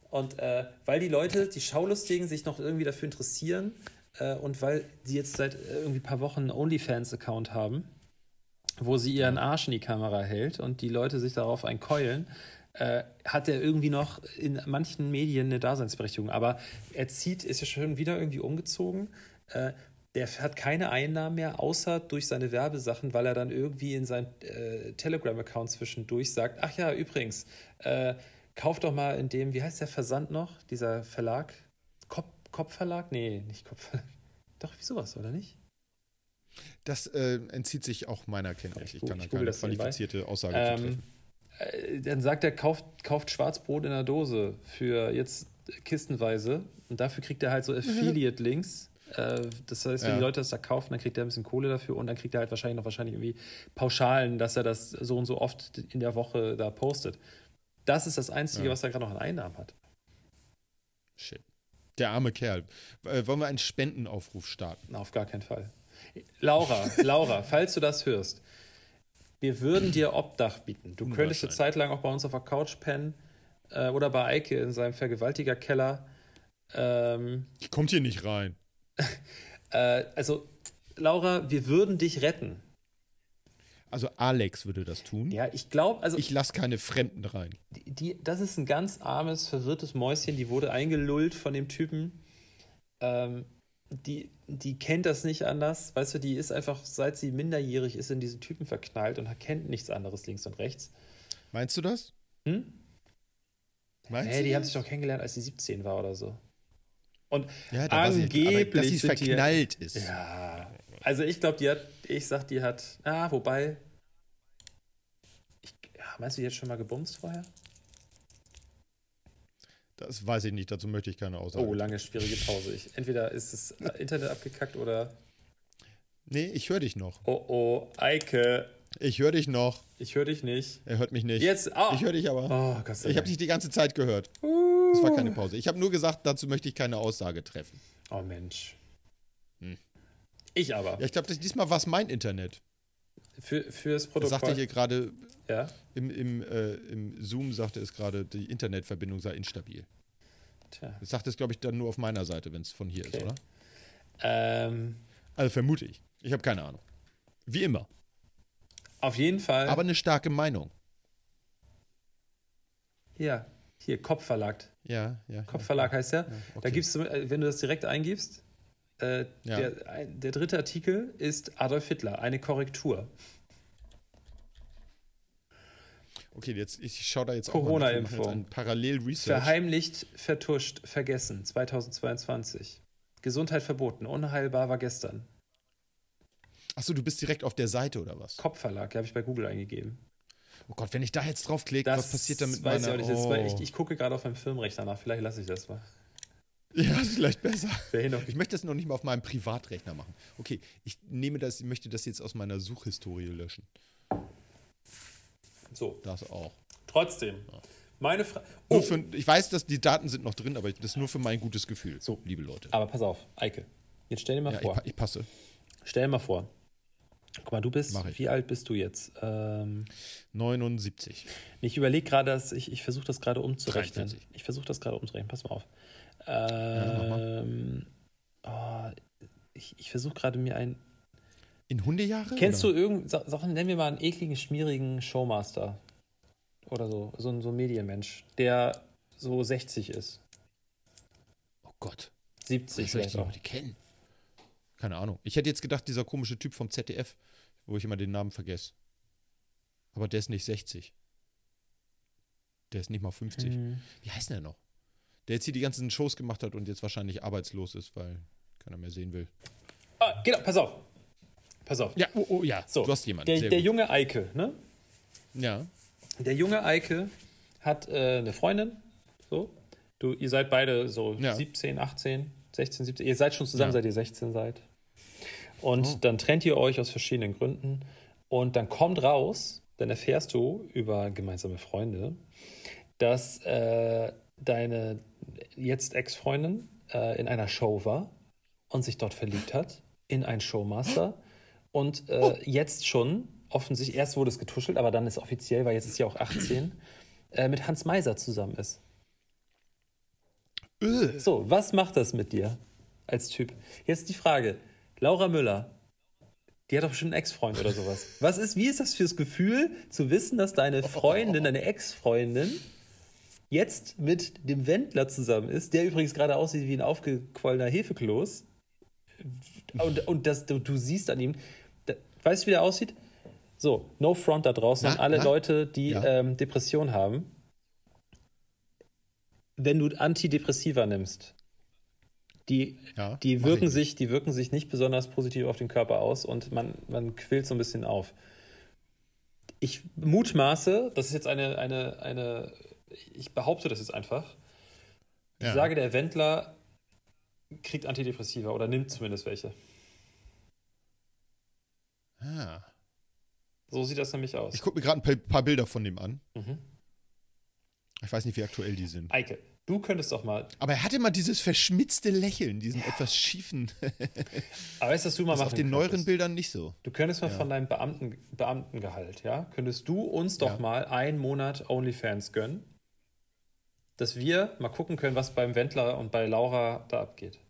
Und äh, weil die Leute, die Schaulustigen, sich noch irgendwie dafür interessieren äh, und weil die jetzt seit äh, irgendwie ein paar Wochen einen OnlyFans-Account haben, wo sie ihren Arsch in die Kamera hält und die Leute sich darauf einkeulen, äh, hat er irgendwie noch in manchen Medien eine Daseinsberechtigung. Aber er zieht, ist ja schon wieder irgendwie umgezogen. Äh, der hat keine Einnahmen mehr, außer durch seine Werbesachen, weil er dann irgendwie in seinem äh, Telegram-Account zwischendurch sagt, ach ja, übrigens, äh, kauf doch mal in dem, wie heißt der Versand noch, dieser Verlag? Kopf, Kopfverlag? Nee, nicht Kopfverlag. Doch, wie sowas, oder nicht? Das äh, entzieht sich auch meiner Kenntnis. Ich Ich kann da google keine das nebenbei. qualifizierte Aussage Ähm, zu treffen. äh, dann sagt er, kauft, kauft Schwarzbrot in der Dose für jetzt kistenweise und dafür kriegt er halt so Affiliate-Links. Äh, das heißt, wenn Ja. die Leute das da kaufen, dann kriegt er ein bisschen Kohle dafür und dann kriegt er halt wahrscheinlich noch wahrscheinlich irgendwie Pauschalen, dass er das so und so oft in der Woche da postet. Das ist das Einzige, Ja. was er gerade noch an Einnahmen hat. Shit. Der arme Kerl. Äh, wollen wir einen Spendenaufruf starten? Na, auf gar keinen Fall. Laura, Laura, falls du das hörst, wir würden dir Obdach bieten. Du könntest eine Zeit lang auch bei uns auf der Couch pennen äh, oder bei Eike in seinem Vergewaltigerkeller. Ähm, Die kommt hier nicht rein. äh, also, Laura, wir würden dich retten. Also Alex würde das tun. Ja, ich glaube, also Ich lasse keine Fremden rein. die, die, das ist ein ganz armes, verwirrtes Mäuschen, die wurde eingelullt von dem Typen. Ähm, die, die kennt das nicht anders. Weißt du, die ist einfach, seit sie minderjährig ist, in diesen Typen verknallt und kennt nichts anderes links und rechts. Meinst du das? Hm? Meinst Nee, du die das? haben sich doch kennengelernt, als sie siebzehn war oder so. Und Ja, da war sie- angeblich aber dass sie sind die- verknallt ist. Ja, also ich glaube, die hat, ich sag, die hat, ah, wobei, ich, ja, meinst du, die hat schon mal gebumst vorher? Das weiß ich nicht, dazu möchte ich keine Aussage. Oh, lange, schwierige Pause. Ich, entweder ist das Internet abgekackt oder, Nee, ich höre dich noch. oh, oh, Eike, Ich höre dich noch. ich höre dich nicht. Er hört mich nicht. Jetzt, ah. Ich höre dich aber. Oh, Gott sei Ich habe Dank. dich die ganze Zeit gehört. Das war keine Pause. Ich habe nur gesagt, dazu möchte ich keine Aussage treffen. Oh, Mensch. Hm. Ich aber. Ja, ich glaube, diesmal war es mein Internet. Für, fürs Das Protokoll. sagte hier gerade, Ja, im, im, äh, im Zoom sagte es gerade, die Internetverbindung sei instabil. tja. Das sagt es, glaube ich, dann nur auf meiner Seite, wenn es von hier Okay. ist, oder? Ähm, Also vermute ich. Ich habe keine Ahnung. Wie immer. auf jeden Fall. Aber eine starke Meinung. Hier, hier, Kopfverlag. Ja, ja. Kopfverlag heißt der. Ja, okay. Da gibst du, äh, wenn du das direkt eingibst, äh, Ja. der, ein- der dritte Artikel ist Adolf Hitler, eine Korrektur. Okay, jetzt, ich schaue da jetzt Corona-Impfung. auch mal nach. Wir machen jetzt ein Parallel-Research. Verheimlicht, vertuscht, vergessen, zweitausendzweiundzwanzig. Gesundheit verboten, unheilbar war gestern. Achso, du bist direkt auf der Seite, oder was? Kopfverlag, habe ich bei Google eingegeben. Oh Gott, wenn ich da jetzt draufklicke, Das was passiert da mit weiß meiner... ich auch nicht. Das war, Oh. ich, ich gucke gerade auf meinem Firmenrechner nach, vielleicht lasse ich das mal. Ja, ist vielleicht besser. Wer hin noch- Ich möchte das noch nicht mal auf meinem Privatrechner machen. Okay, ich nehme das, ich möchte das jetzt aus meiner Suchhistorie löschen. So, Das auch. trotzdem. Meine Frage. Nur Oh, für, ich weiß, dass die Daten sind noch drin, aber das ist nur für mein gutes Gefühl. So. Liebe Leute. aber pass auf, Eike. Jetzt stell dir mal Ja, ich, vor. pa- ich passe. Stell dir mal vor. Guck mal, du bist, Mach ich. wie alt bist du jetzt? Ähm, neunundsiebzig. ich überlege gerade, dass ich, ich versuche das gerade umzurechnen. dreiundvierzig. Ich versuche das gerade umzurechnen, pass mal auf. mach Ähm, oh, ich ich versuche gerade mir ein. In Hundejahre? Kennst oder? du irgend, sag, sag, nenn mir mal einen ekligen, schmierigen Showmaster oder so, so, ein- so ein Medienmensch, der so sechzig ist, Oh Gott. siebzig Wie soll ich vielleicht die noch auch. die kennen? Keine Ahnung. Ich hätte jetzt gedacht, dieser komische Typ vom Z D F, wo ich immer den Namen vergesse. Aber der ist nicht sechzig. Der ist nicht mal fünfzig. Hm. Wie heißt der noch? Der jetzt hier die ganzen Shows gemacht hat und jetzt wahrscheinlich arbeitslos ist, weil keiner mehr sehen will. Ah, genau, pass auf. Pass auf. Ja, oh, oh ja, So, du hast jemanden. der, Sehr der gut. junge Eike, ne? Ja, Der junge Eike hat äh, eine Freundin, so. Du, ihr seid beide so Ja. siebzehn, achtzehn, sechzehn, siebzehn. Ihr seid schon zusammen, Ja. seit ihr sechzehn seid. Und Oh. dann trennt ihr euch aus verschiedenen Gründen. Und dann kommt raus, dann erfährst du über gemeinsame Freunde, dass äh, deine jetzt Ex-Freundin äh, in einer Show war und sich dort verliebt hat in einen Showmaster. Und äh, jetzt schon, offensichtlich, erst wurde es getuschelt, aber dann ist offiziell, weil jetzt ist sie auch achtzehn, äh, mit Hans Meiser zusammen ist. Öh. So, was macht das mit dir als Typ? Jetzt die Frage, Laura Müller, die hat doch bestimmt einen Ex-Freund oder sowas. Was ist, wie ist das fürs Gefühl, zu wissen, dass deine Freundin, deine Ex-Freundin jetzt mit dem Wendler zusammen ist, der übrigens gerade aussieht wie ein aufgequollener Hefekloß. Und, und das, du, du siehst an ihm, da, weißt du, wie der aussieht? So, no front da draußen Na, an alle na? Leute, die Ja. ähm, Depression haben. Wenn du Antidepressiva nimmst, die, Ja, die, mach wirken ich sich, die wirken sich nicht besonders positiv auf den Körper aus und man, man quillt so ein bisschen auf. Ich mutmaße, das ist jetzt eine, eine, eine ich behaupte das jetzt einfach, ich Ja. sage, der Wendler kriegt Antidepressiva oder nimmt zumindest welche. Ah. So sieht das nämlich aus. Ich gucke mir gerade ein paar, paar Bilder von dem an. Mhm. Ich weiß nicht, wie aktuell die sind. Eike, du könntest doch mal, Aber er hatte immer dieses verschmitzte Lächeln, diesen etwas schiefen. aber weißt du, was du mal Das ist machen auf den könntest? neueren Bildern nicht so. Du könntest mal Ja. von deinem Beamten, Beamtengehalt, ja, könntest du uns doch Ja. mal einen Monat OnlyFans gönnen, dass wir mal gucken können, was beim Wendler und bei Laura da abgeht.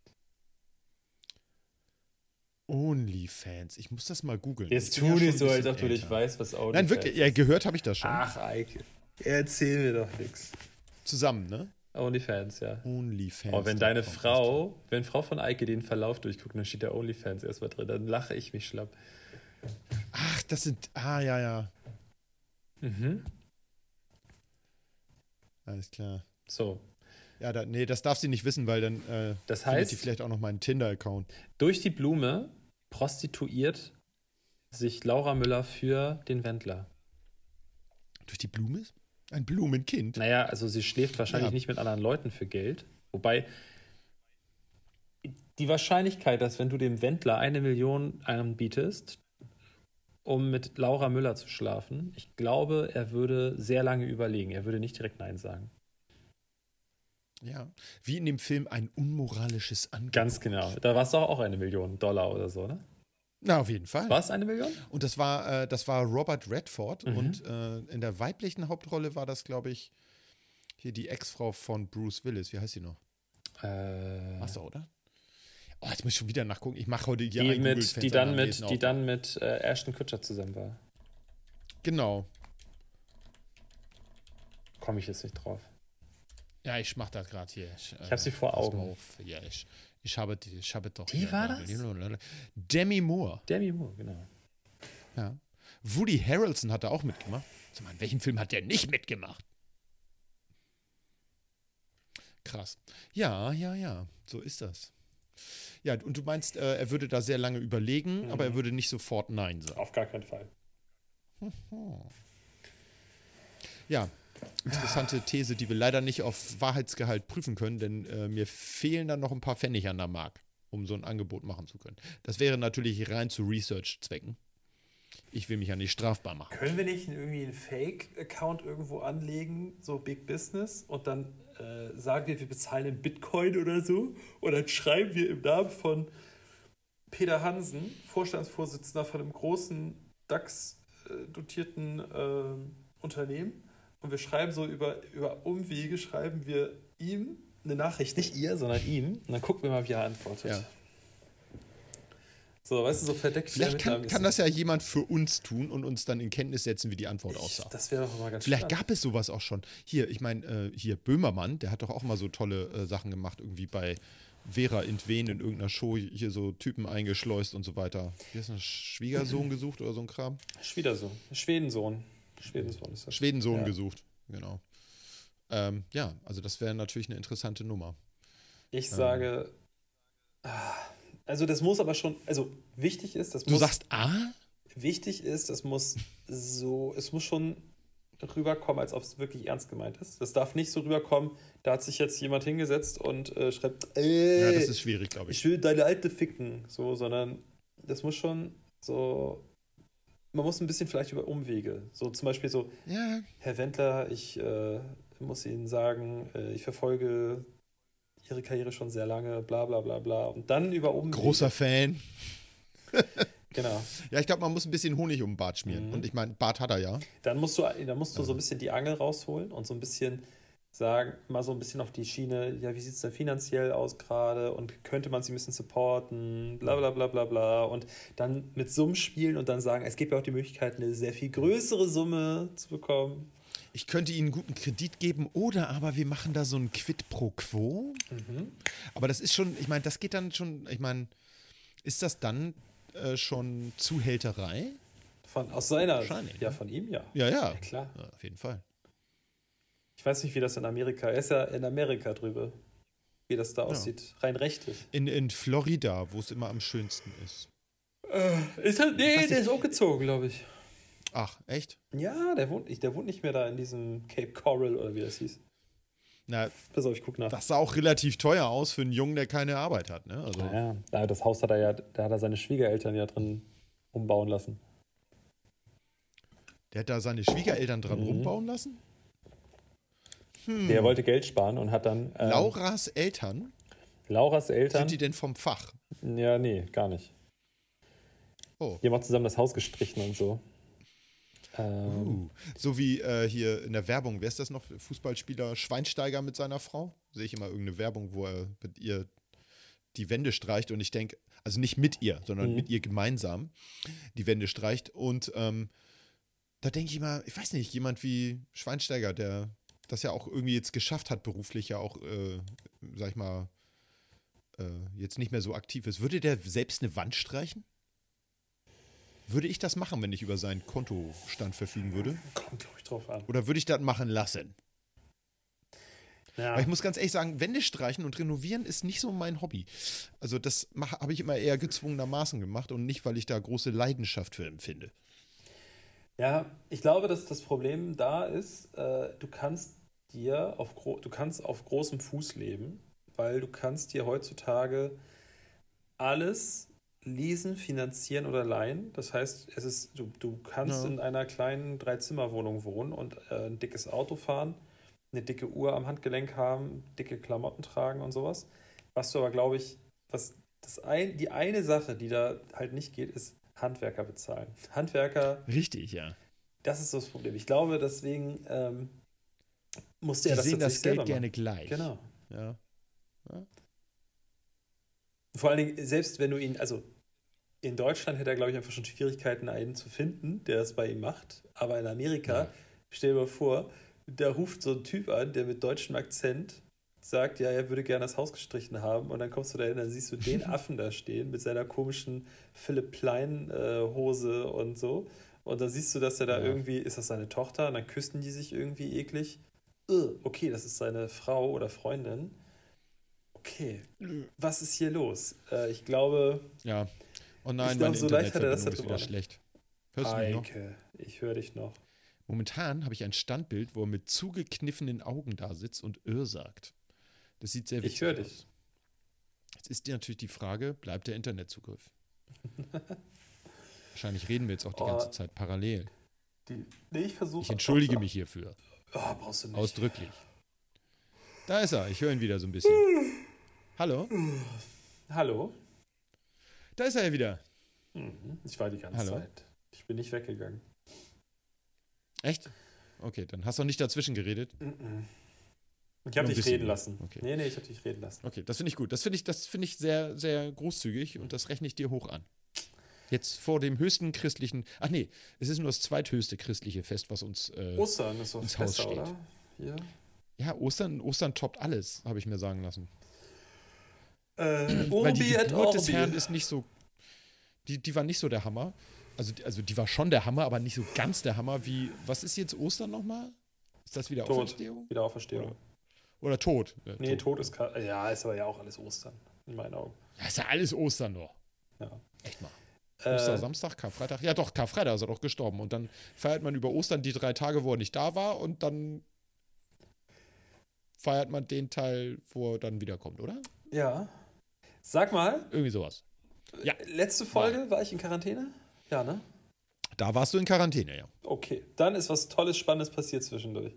OnlyFans. Ich muss das mal googeln. Jetzt Ich bin tu ja nicht schon so, ein als ob bisschen du nicht älter. weißt, was OnlyFans Nein, wirklich. Ja, ist. gehört habe ich das schon. Ach, Eike, erzähl mir doch nichts. Zusammen, ne? OnlyFans, ja. OnlyFans. Oh, wenn deine Frau, wenn Frau von Eike den Verlauf durchguckt, dann steht da OnlyFans erstmal drin, dann lache ich mich schlapp. Ach, das sind. Ah, ja, ja. Mhm. Alles klar. So, Ja, da, nee, das darf sie nicht wissen, weil dann äh, das findet heißt, sie vielleicht auch noch meinen Tinder-Account. durch die Blume prostituiert sich Laura Müller für den Wendler. Durch die Blume? Ein Blumenkind. Naja, also sie schläft wahrscheinlich Ja. nicht mit anderen Leuten für Geld. Wobei die Wahrscheinlichkeit, dass wenn du dem Wendler eine Million anbietest, um mit Laura Müller zu schlafen, ich glaube, er würde sehr lange überlegen. Er würde nicht direkt Nein sagen. Ja. Wie in dem Film ein unmoralisches Angebot. Ganz genau. Da war es doch auch eine Million Dollar oder so, ne? Na, auf jeden Fall. War es eine Million? Und das war, äh, das war Robert Redford. Mhm. Und äh, in der weiblichen Hauptrolle war das, glaube ich, hier die Ex-Frau von Bruce Willis. Wie heißt sie noch? Äh, War's doch, oder? Oh, jetzt muss ich schon wieder nachgucken. Ich mache heute hier die, ein mit, die dann mit, die dann mit äh, Ashton Kutcher zusammen war. Genau. Komme ich jetzt nicht drauf. Ja, ich mache das gerade hier. Ich, Ich hab sie vor pass Augen. mal auf. Ja, ich, ich habe die, ich habe doch. Die hier war da. das? Demi Moore. Demi Moore, genau. Ja. Woody Harrelson hat da auch mitgemacht. Sag mal, in welchem Film hat der nicht mitgemacht? Krass. Ja, ja, ja. So ist das. Ja, und du meinst, äh, er würde da sehr lange überlegen, Mhm. aber er würde nicht sofort Nein sagen. Auf gar keinen Fall. Ja, interessante These, die wir leider nicht auf Wahrheitsgehalt prüfen können, denn äh, mir fehlen dann noch ein paar Pfennig an der Mark, um so ein Angebot machen zu können. Das wäre natürlich rein zu Research-Zwecken. Ich will mich ja nicht strafbar machen. Können wir nicht irgendwie einen Fake-Account irgendwo anlegen, so Big Business, und dann äh, sagen wir, wir bezahlen in Bitcoin oder so, und dann schreiben wir im Namen von Peter Hansen, Vorstandsvorsitzender von einem großen DAX-dotierten äh, Unternehmen, und wir schreiben so über, über Umwege, schreiben wir ihm eine Nachricht, nicht ihr, sondern ihm, und dann gucken wir mal, wie er antwortet. Ja. So, weißt du, so verdeckt. Vielleicht kann, kann das ja jemand für uns tun und uns dann in Kenntnis setzen, wie die Antwort aussah. Das wäre doch mal ganz Vielleicht spannend. gab es sowas auch schon. Hier, ich meine, äh, hier Böhmermann, der hat doch auch mal so tolle äh, Sachen gemacht, irgendwie bei Vera in Wen in irgendeiner Show hier so Typen eingeschleust und so weiter. Wie heißt das? Schwiegersohn gesucht oder so ein Kram? Schwiegersohn. Schwedensohn. Schwedensohn ist das. Schwedensohn Ja. gesucht, genau. Ähm, ja, also das wäre natürlich eine interessante Nummer. Ich sage, ah, also das muss aber schon, also wichtig ist, das Du muss, sagst A? wichtig ist, das muss so, es muss schon rüberkommen, als ob es wirklich ernst gemeint ist. Das darf nicht so rüberkommen, da hat sich jetzt jemand hingesetzt und äh, schreibt, ey, Ja, das ist schwierig, glaube ich. ich will deine Alte ficken, so, sondern das muss schon so, man muss ein bisschen vielleicht über Umwege, so zum Beispiel so, Ja, Herr Wendler, ich äh, muss Ihnen sagen, äh, ich verfolge Ihre Karriere schon sehr lange, bla bla bla bla. Und dann über Umwege. großer Fan. Genau. Ja, ich glaube, man muss ein bisschen Honig um den Bart schmieren. Mhm. Und ich meine, Bart hat er ja. Dann musst du, dann musst du so ein bisschen die Angel rausholen und so ein bisschen sagen, mal so ein bisschen auf die Schiene, ja, wie sieht es denn finanziell aus gerade und könnte man sie ein bisschen supporten, bla bla bla bla bla und dann mit Summen spielen und dann sagen, es gibt ja auch die Möglichkeit, eine sehr viel größere Summe zu bekommen. Ich könnte Ihnen einen guten Kredit geben oder aber wir machen da so ein Quid pro Quo. Mhm. Aber das ist schon, ich meine, das geht dann schon, ich meine, ist das dann äh, schon Zuhälterei? Von, aus seiner, Wahrscheinlich, ja, ne? von ihm, ja. Ja, ja. Ja, klar. Ja, auf jeden Fall. Ich weiß nicht, wie das in Amerika, er ist ja in Amerika drüber, wie das da aussieht, rein rechtlich. In, in Florida, wo es immer am schönsten ist. Äh, ist er, nee, der ist umgezogen, glaube ich. Ach, echt? Ja, der wohnt, nicht, der wohnt nicht mehr da in diesem Cape Coral oder wie das hieß. Na, Pass auf, ich guck nach. das sah auch relativ teuer aus für einen Jungen, der keine Arbeit hat, ne? Also, Ja, ja, das Haus hat er ja, da hat er seine Schwiegereltern ja drin umbauen lassen. der hat da seine Schwiegereltern dran Mhm. rumbauen lassen? Der wollte Geld sparen und hat dann. Ähm, Lauras Eltern, Lauras Eltern. sind die denn vom Fach? Ja, nee, gar nicht. Oh. Die haben auch zusammen das Haus gestrichen und so. Ähm, Uh, so wie äh, hier in der Werbung, wer ist das noch? Fußballspieler Schweinsteiger mit seiner Frau? Sehe ich immer irgendeine Werbung, wo er mit ihr die Wände streicht und ich denke, also nicht mit ihr, sondern Mhm. mit ihr gemeinsam die Wände streicht. Und ähm, da denke ich immer, ich weiß nicht, jemand wie Schweinsteiger, der das ja auch irgendwie jetzt geschafft hat, beruflich ja auch, äh, sag ich mal, äh, jetzt nicht mehr so aktiv ist. Würde der selbst eine Wand streichen? Würde ich das machen, wenn ich über seinen Kontostand verfügen würde? kommt, glaube ich, drauf an. Oder würde ich das machen lassen? Ja. Aber ich muss ganz ehrlich sagen, Wände streichen und renovieren ist nicht so mein Hobby. Also das habe ich immer eher gezwungenermaßen gemacht und nicht, weil ich da große Leidenschaft für empfinde. Ja, ich glaube, dass das Problem da ist, äh, du kannst dir auf, gro du kannst auf großem Fuß leben, weil du kannst dir heutzutage alles leasen, finanzieren oder leihen. Das heißt, es ist, du, du kannst Ja. in einer kleinen Dreizimmerwohnung wohnen und äh, ein dickes Auto fahren, eine dicke Uhr am Handgelenk haben, dicke Klamotten tragen und sowas. Was du aber, glaube ich, was das ein, die eine Sache, die da halt nicht geht, ist Handwerker bezahlen. Handwerker, Richtig, ja. das ist das Problem. Ich glaube, deswegen ähm, musste Die er das sehen das tatsächlich Geld selber gerne machen. gleich. Genau. Ja. Vor allen Dingen, selbst wenn du ihn, also in Deutschland hätte er, glaube ich, einfach schon Schwierigkeiten, einen zu finden, der das bei ihm macht. Aber in Amerika, Ja. stell dir mal vor, da ruft so ein Typ an, der mit deutschem Akzent sagt, ja, er würde gerne das Haus gestrichen haben. Und dann kommst du da hin, dann siehst du den Affen da stehen mit seiner komischen Philipp Plein-Hose und so. Und dann siehst du, dass er da Ja. irgendwie, ist das seine Tochter? Und dann küssen die sich irgendwie eklig. Ugh, okay, das ist seine Frau oder Freundin. Okay, was ist hier los? Äh, ich glaube, Ja. Oh nein, Ich glaub, meine so leicht hat er das Internetverbindung ist darüber wieder nicht. schlecht. Hörst du mich noch? Eike, ich höre dich noch. Momentan habe ich ein Standbild, wo er mit zugekniffenen Augen da sitzt und Irr sagt. Das sieht sehr witzig Ich höre aus. dich. Jetzt ist dir natürlich die Frage, bleibt der Internetzugriff? Wahrscheinlich reden wir jetzt auch die Oh. ganze Zeit parallel. Die, nee, ich versuche. Ich entschuldige mich hierfür. Oh, brauchst du nicht. Ausdrücklich. Da ist er. Ich höre ihn wieder so ein bisschen. Hallo? Hallo? Da ist er ja wieder. Mhm, ich war die ganze Hallo? Zeit. Ich bin nicht weggegangen. Echt? Okay, dann hast du nicht dazwischen geredet. Mhm. Ich Nur habe ein dich bisschen, reden ne? lassen. Okay. Nee, nee, ich habe dich reden lassen. Okay, das finde ich gut. Das finde ich, das finde ich sehr, sehr großzügig und das rechne ich dir hoch an. Jetzt vor dem höchsten christlichen, ach nee, es ist nur das zweithöchste christliche Fest, was uns, äh, Ostern ist doch ins Haus besser, steht. oder? Hier. ja, Ostern, Ostern toppt alles, habe ich mir sagen lassen. Äh, Weil die Orbi et Geburt des Herrn Orbi. ist nicht so, die, die war nicht so der Hammer. Also, die- also die war schon der Hammer, aber nicht so ganz der Hammer wie, was ist jetzt Ostern nochmal? Ist das wieder Tot. Auferstehung? Wiederauferstehung. Oder Tod? Äh, Nee, Tod ist. ka- Ja, ist aber ja auch alles Ostern. In meinen Augen. Ja, ist ja alles Ostern doch. Ja. Echt mal. Äh, Ostersamstag, Karfreitag. Ja doch, Karfreitag ist er doch gestorben. Und dann feiert man über Ostern die drei Tage, wo er nicht da war. Und dann feiert man den Teil, wo er dann wiederkommt, oder? ja. Sag mal, Irgendwie sowas. Ja, letzte Folge war ich in Quarantäne? Ja, ne? da warst du in Quarantäne, ja. Okay. Dann ist was Tolles, Spannendes passiert zwischendurch.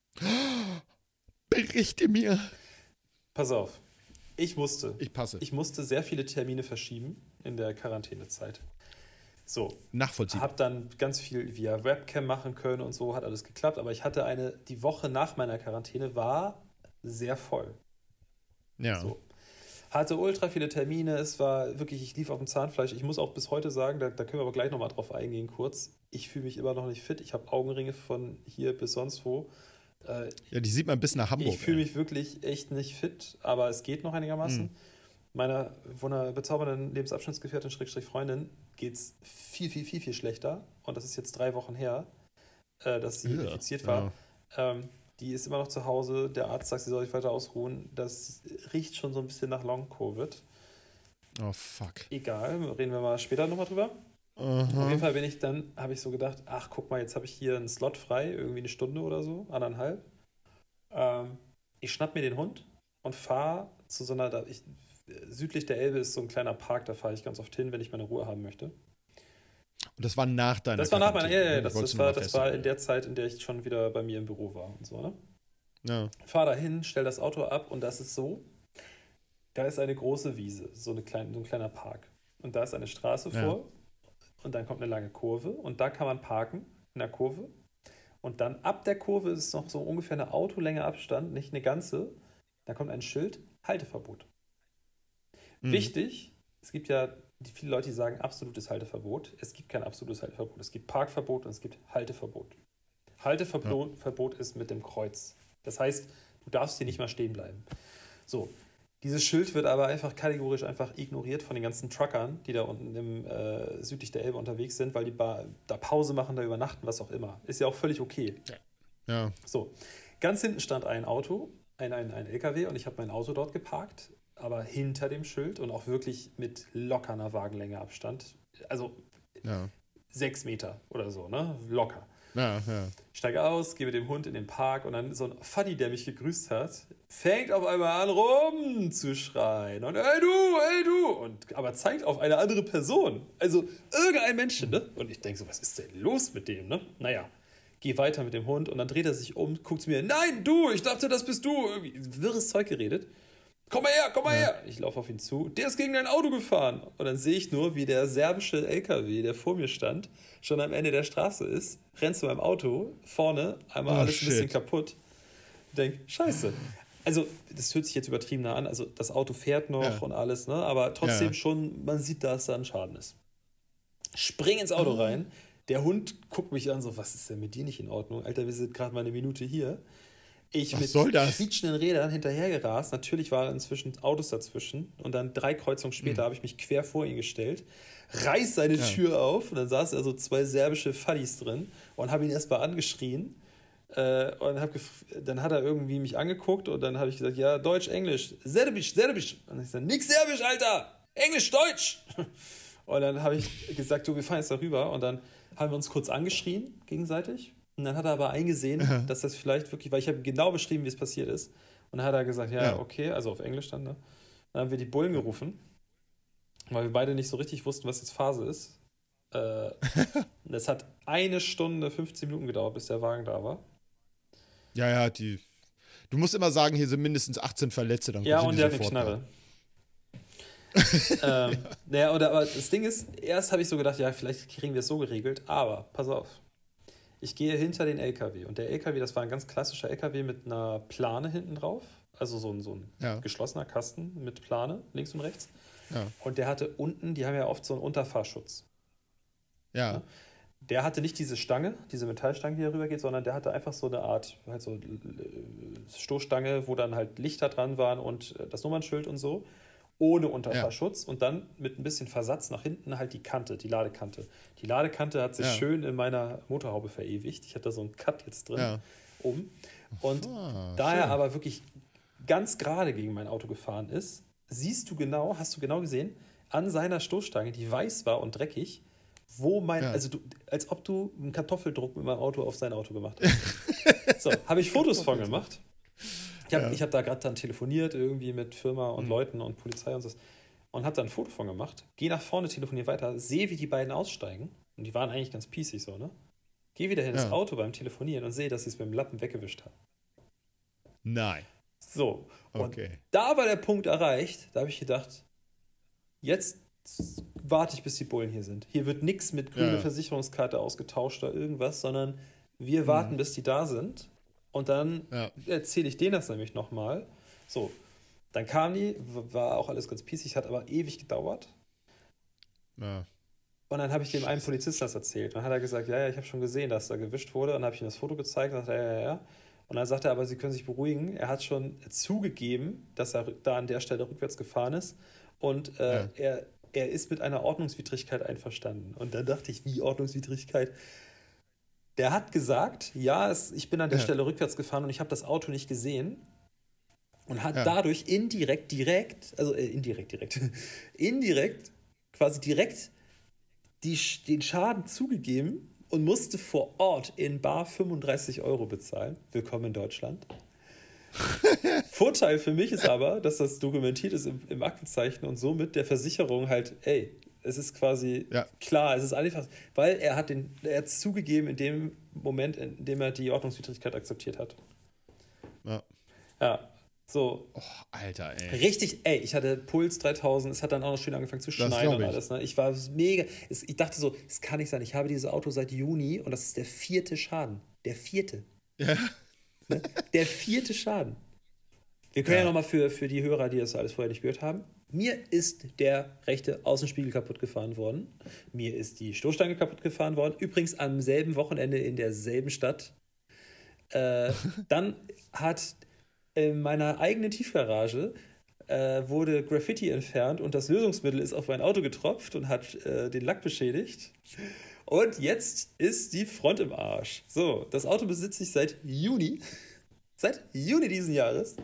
Berichte mir. Pass auf. Ich musste. Ich passe. Ich musste sehr viele Termine verschieben in der Quarantänezeit. So, Nachvollziehbar. habe dann ganz viel via Webcam machen können und so, hat alles geklappt. Aber ich hatte eine, die Woche nach meiner Quarantäne war sehr voll. Ja. So. Hatte ultra viele Termine, es war wirklich, ich lief auf dem Zahnfleisch. Ich muss auch bis heute sagen, da, da können wir aber gleich nochmal drauf eingehen kurz. Ich fühle mich immer noch nicht fit. Ich habe Augenringe von hier bis sonst wo. Äh, ja, die sieht man bis nach Hamburg. Ich fühle mich wirklich echt nicht fit, aber es geht noch einigermaßen. Mhm. Meiner wunder bezaubernden Lebensabschnittsgefährtin, Schrägstrich Freundin, geht es viel, viel, viel, viel schlechter. Und das ist jetzt drei Wochen her, äh, dass sie ja, infiziert war. Ja. Ähm, die ist immer noch zu Hause. Der Arzt sagt, sie soll sich weiter ausruhen. Das riecht schon so ein bisschen nach Long-Covid. Oh, fuck. Egal, reden wir mal später nochmal drüber. Uh-huh. Auf jeden Fall bin ich dann, habe ich so gedacht, ach, guck mal, jetzt habe ich hier einen Slot frei, irgendwie eine Stunde oder so, anderthalb. Ähm, ich schnapp mir den Hund und fahre zu so einer, da ich, südlich der Elbe ist so ein kleiner Park, da fahre ich ganz oft hin, wenn ich meine Ruhe haben möchte. Und das war nach deiner Das war nach meiner, ja, ja, das, das, war, das war in der Zeit, in der ich schon wieder bei mir im Büro war und so, ne? Ja. Fahr da hin, stell das Auto ab und das ist so, da ist eine große Wiese, so, eine kleine, so ein kleiner Park. Und da ist eine Straße ja. vor und dann kommt eine lange Kurve und da kann man parken in der Kurve. Und dann ab der Kurve ist noch so ungefähr eine Autolänge Abstand, nicht eine ganze. Da kommt ein Schild, Halteverbot. Mhm. Wichtig, es gibt ja viele Leute, die sagen absolutes Halteverbot. Es gibt kein absolutes Halteverbot. Es gibt Parkverbot und es gibt Halteverbot. Halteverbot ja. Verbot ist mit dem Kreuz. Das heißt, du darfst hier nicht mal stehen bleiben. So, dieses Schild wird aber einfach kategorisch einfach ignoriert von den ganzen Truckern, die da unten im, äh, südlich der Elbe unterwegs sind, weil die ba- da Pause machen, da übernachten, was auch immer. Ist ja auch völlig okay. Ja. So, ganz hinten stand ein Auto, ein, ein, ein L K W und ich habe mein Auto dort geparkt, aber hinter dem Schild und auch wirklich mit locker einer Wagenlänge Abstand. Also ja. sechs Meter oder so, ne? Locker. Ja, ja. Ich steige aus, gehe mit dem Hund in den Park und dann so ein Faddy, der mich gegrüßt hat, fängt auf einmal an rumzuschreien und ey du, ey du, und aber zeigt auf eine andere Person. Also irgendein Menschen, ne? Und ich denke so, was ist denn los mit dem, ne? Naja, geh weiter mit dem Hund und dann dreht er sich um, guckt zu mir, nein, du, ich dachte, das bist du. Irgendwie wirres Zeug geredet. Komm mal her, komm mal ja. her. Ich laufe auf ihn zu. Der ist gegen dein Auto gefahren. Und dann sehe ich nur, wie der serbische L K W, der vor mir stand, schon am Ende der Straße ist, rennt zu meinem Auto, vorne, einmal oh, alles shit. ein bisschen kaputt. Denk, scheiße. Also, das hört sich jetzt übertriebener an. Also, das Auto fährt noch ja. und alles, ne? Aber trotzdem ja. schon, man sieht, dass da ein Schaden ist. Spring ins Auto rein. Der Hund guckt mich an, so, was ist denn mit dir nicht in Ordnung? Alter, wir sind gerade mal eine Minute hier. Ich Was mit soll das? quietschenden Rädern hinterhergerast. Natürlich waren inzwischen Autos dazwischen. Und dann drei Kreuzungen später mhm. habe ich mich quer vor ihn gestellt, reiß seine ja. Tür auf und dann saßen da so zwei serbische Faddis drin und habe ihn erstmal angeschrien. Äh, und hab gef- dann hat er irgendwie mich angeguckt und dann habe ich gesagt, ja, Deutsch, Englisch, Serbisch, Serbisch. Und ich gesagt, nix Serbisch, Alter! Englisch, Deutsch! Und dann habe ich gesagt, du, wir fahren jetzt darüber. Und dann haben wir uns kurz angeschrien gegenseitig. Und dann hat er aber eingesehen, ja. dass das vielleicht wirklich, weil ich habe genau beschrieben, wie es passiert ist. Und dann hat er gesagt, ja, ja. okay, also auf Englisch dann, ne? Dann haben wir die Bullen gerufen, weil wir beide nicht so richtig wussten, was jetzt Phase ist. Äh, das hat eine Stunde, fünfzehn Minuten gedauert, bis der Wagen da war. Ja, ja, die. Du musst immer sagen, hier sind mindestens achtzehn Verletzte. Dann ja, und der hat eine Knarre. ähm, naja, oder, aber das Ding ist, erst habe ich so gedacht, ja, vielleicht kriegen wir es so geregelt, aber pass auf. Ich gehe hinter den L K W und der L K W, das war ein ganz klassischer L K W mit einer Plane hinten drauf, also so ein, so ein ja. geschlossener Kasten mit Plane, links und rechts. Ja. Und der hatte unten, die haben ja oft so einen Unterfahrschutz. Ja. ja. Der hatte nicht diese Stange, diese Metallstange, die hier rüber geht, sondern der hatte einfach so eine Art halt so Stoßstange, wo dann halt Lichter dran waren und das Nummernschild und so. Ohne Unterfahrschutz ja. und dann mit ein bisschen Versatz nach hinten halt die Kante, die Ladekante. Die Ladekante hat sich ja. schön in meiner Motorhaube verewigt. Ich hatte da so einen Cut jetzt drin ja. um. Und ah, da er schön. aber wirklich ganz gerade gegen mein Auto gefahren ist, siehst du genau, hast du genau gesehen, an seiner Stoßstange, die weiß war und dreckig, wo mein, ja. also du, als ob du einen Kartoffeldruck mit meinem Auto auf sein Auto gemacht hast. So, habe ich Fotos von gemacht. Ich habe ja. hab da gerade dann telefoniert, irgendwie mit Firma und mhm. Leuten und Polizei und so. Und habe da ein Foto von gemacht. Gehe nach vorne, telefoniere weiter, sehe, wie die beiden aussteigen. Und die waren eigentlich ganz pießig so, ne? Gehe wieder in ja. das Auto beim Telefonieren und sehe, dass sie es mit dem Lappen weggewischt haben. Nein. So. Und okay. da war der Punkt erreicht, da habe ich gedacht, jetzt warte ich, bis die Bullen hier sind. Hier wird nichts mit grüner Ja. Versicherungskarte ausgetauscht oder irgendwas, sondern wir warten, bis die da sind. Und dann Ja. erzähle ich denen das nämlich nochmal. So, dann kam die, war auch alles ganz pießig, hat aber ewig gedauert. Ja. Und dann habe ich dem einen Polizisten das erzählt. Dann hat er gesagt, ja, ja, ich habe schon gesehen, dass da gewischt wurde. Und dann habe ich ihm das Foto gezeigt. Und dann sagt er, ja, ja, ja. Und dann sagt er, aber Sie können sich beruhigen. Er hat schon zugegeben, dass er da an der Stelle rückwärts gefahren ist. Und äh, Ja. er, er ist mit einer Ordnungswidrigkeit einverstanden. Und dann dachte ich, wie Ordnungswidrigkeit? Der hat gesagt, ja, es, ich bin an der Ja. Stelle rückwärts gefahren und ich habe das Auto nicht gesehen. Und hat Ja. dadurch indirekt, direkt, also äh, indirekt, direkt, indirekt, quasi direkt die, den Schaden zugegeben und musste vor Ort in bar fünfunddreißig Euro bezahlen. Willkommen in Deutschland. Vorteil für mich ist aber, dass das dokumentiert ist im, im Aktenzeichen und somit der Versicherung halt, ey, es ist quasi Ja. klar, es ist einfach, weil er hat den, er hat zugegeben in dem Moment, in dem er die Ordnungswidrigkeit akzeptiert hat. Ja. Ja, so. Oh, Alter, ey. Richtig, ey, ich hatte Puls dreitausend, es hat dann auch noch schön angefangen zu schneien glaub und ich. alles. Ne? Ich war mega, es, ich dachte so, es kann nicht sein, ich habe dieses Auto seit Juni und das ist der vierte Schaden. Der vierte. Ja. Ne? Der vierte Schaden. Wir können ja, Ja. nochmal für, für die Hörer, die das alles vorher nicht gehört haben, mir ist der rechte Außenspiegel kaputt gefahren worden. Mir ist die Stoßstange kaputt gefahren worden. Übrigens am selben Wochenende in derselben Stadt. Äh, dann hat in meiner eigenen Tiefgarage äh, wurde Graffiti entfernt und das Lösungsmittel ist auf mein Auto getropft und hat äh, den Lack beschädigt. Und jetzt ist die Front im Arsch. So, das Auto besitze ich seit Juni. Seit Juni diesen Jahres.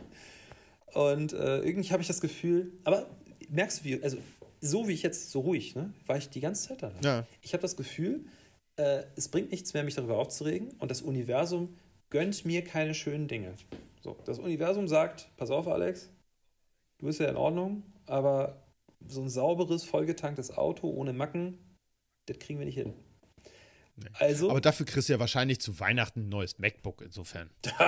Und äh, irgendwie habe ich das Gefühl, aber merkst du, wie, also so wie ich jetzt, so ruhig, ne, war ich die ganze Zeit da. Ja. Ich habe das Gefühl, äh, es bringt nichts mehr, mich darüber aufzuregen und das Universum gönnt mir keine schönen Dinge. So, das Universum sagt, pass auf, Alex, du bist ja in Ordnung, aber so ein sauberes, vollgetanktes Auto ohne Macken, das kriegen wir nicht hin. Nee. Also, Aber dafür kriegst du ja wahrscheinlich zu Weihnachten ein neues MacBook insofern.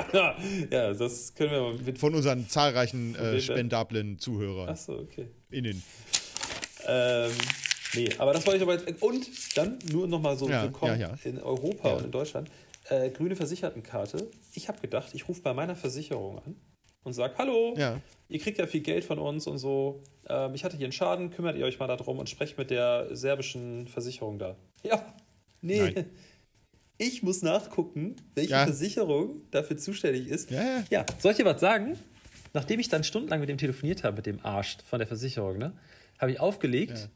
ja, das können wir mal mit. Von unseren zahlreichen Von wem äh, denn? spendablen Zuhörern. Achso, okay. Innen. Ähm, nee, aber das wollte ich aber jetzt. Und dann nur nochmal so Ja, willkommen ja, ja. in Europa Ja. und in Deutschland. Äh, grüne Versichertenkarte. Ich habe gedacht, ich rufe bei meiner Versicherung an und sage: Hallo, Ja. ihr kriegt ja viel Geld von uns und so. Ähm, ich hatte hier einen Schaden, kümmert ihr euch mal darum und sprecht mit der serbischen Versicherung da. Ja, nee. Nein. Ich muss nachgucken, welche Ja. Versicherung dafür zuständig ist. Ja, ja. Ja, soll ich dir was sagen? Nachdem ich dann stundenlang mit dem telefoniert habe, mit dem Arsch von der Versicherung, ne, habe ich aufgelegt, Ja.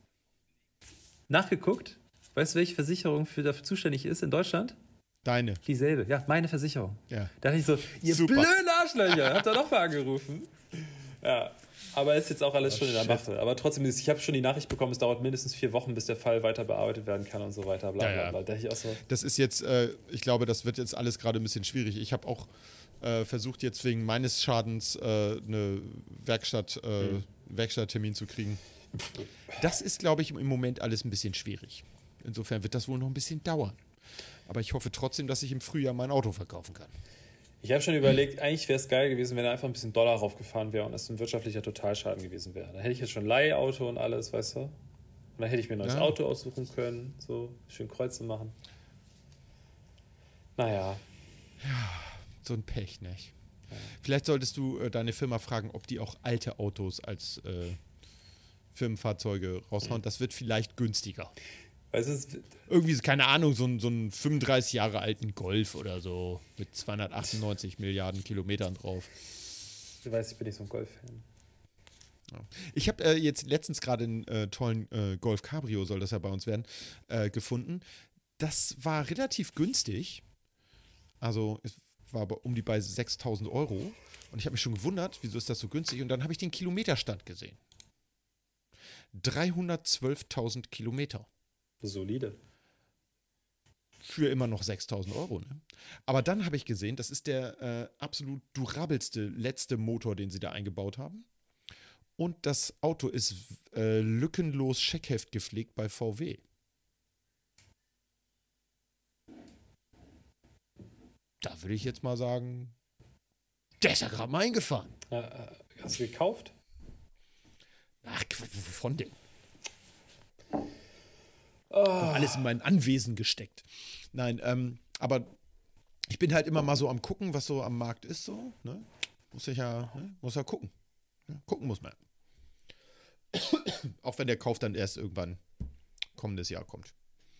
nachgeguckt. Weißt du, welche Versicherung für dafür zuständig ist in Deutschland? Deine. Dieselbe. Ja, meine Versicherung. Ja. Da dachte ich so, ihr Super. blöden Arschlöcher, habt ihr doch mal angerufen. Ja, aber ist jetzt auch alles Oh, schon in der shit. Mache. Aber trotzdem, ich habe schon die Nachricht bekommen, es dauert mindestens vier Wochen, bis der Fall weiter bearbeitet werden kann und so weiter. Bla, Ja, bla, ja. bla. Da dachte ich auch so, Das ist jetzt, äh, ich glaube, das wird jetzt alles gerade ein bisschen schwierig. Ich habe auch äh, versucht, jetzt wegen meines Schadens äh, eine Werkstatt, äh, Mhm. Werkstatttermin zu kriegen. Das ist, glaube ich, im Moment alles ein bisschen schwierig. Insofern wird das wohl noch ein bisschen dauern. Aber ich hoffe trotzdem, dass ich im Frühjahr mein Auto verkaufen kann. ich habe schon überlegt, eigentlich wäre es geil gewesen, wenn er einfach ein bisschen Dollar raufgefahren wäre und es ein wirtschaftlicher Totalschaden gewesen wäre. Dann hätte ich jetzt schon Leihauto und alles, weißt du? Und dann hätte ich mir ein neues Ja. Auto aussuchen können, so schön Kreuze machen. Naja, So ein Pech, nicht? Vielleicht solltest du äh, deine Firma fragen, ob die auch alte Autos als äh, Firmenfahrzeuge raushauen. Das wird vielleicht günstiger. weißt du, es- Irgendwie, keine Ahnung, so ein, so einen fünfunddreißig Jahre alten Golf oder so mit zweihundertachtundneunzig Milliarden Kilometern drauf. du weißt, ich bin nicht so ein Golf-Fan. Ich habe äh, jetzt letztens gerade einen äh, tollen äh, Golf Cabrio, soll das ja bei uns werden, äh, gefunden. Das war relativ günstig. Also es war aber um die bei sechstausend Euro. Und ich habe mich schon gewundert, wieso ist das so günstig? Und dann habe ich den Kilometerstand gesehen. dreihundertzwölftausend Kilometer. Solide. Für immer noch sechstausend Euro. Ne? Aber dann habe ich gesehen, das ist der äh, absolut durabelste letzte Motor, den sie da eingebaut haben. Und das Auto ist äh, lückenlos Scheckheft gepflegt bei V W. Da würde ich jetzt mal sagen, der ist ja gerade mal eingefahren. Äh, äh, hast du gekauft? Ach, Quatsch, wovon denn? Doch alles in mein Anwesen gesteckt. Nein, ähm, aber ich bin halt immer mal so am gucken, was so am Markt ist, so, ne? Muss ich ja, ne? Muss ja gucken. Ne? Gucken muss man. Auch wenn der Kauf dann erst irgendwann kommendes Jahr kommt.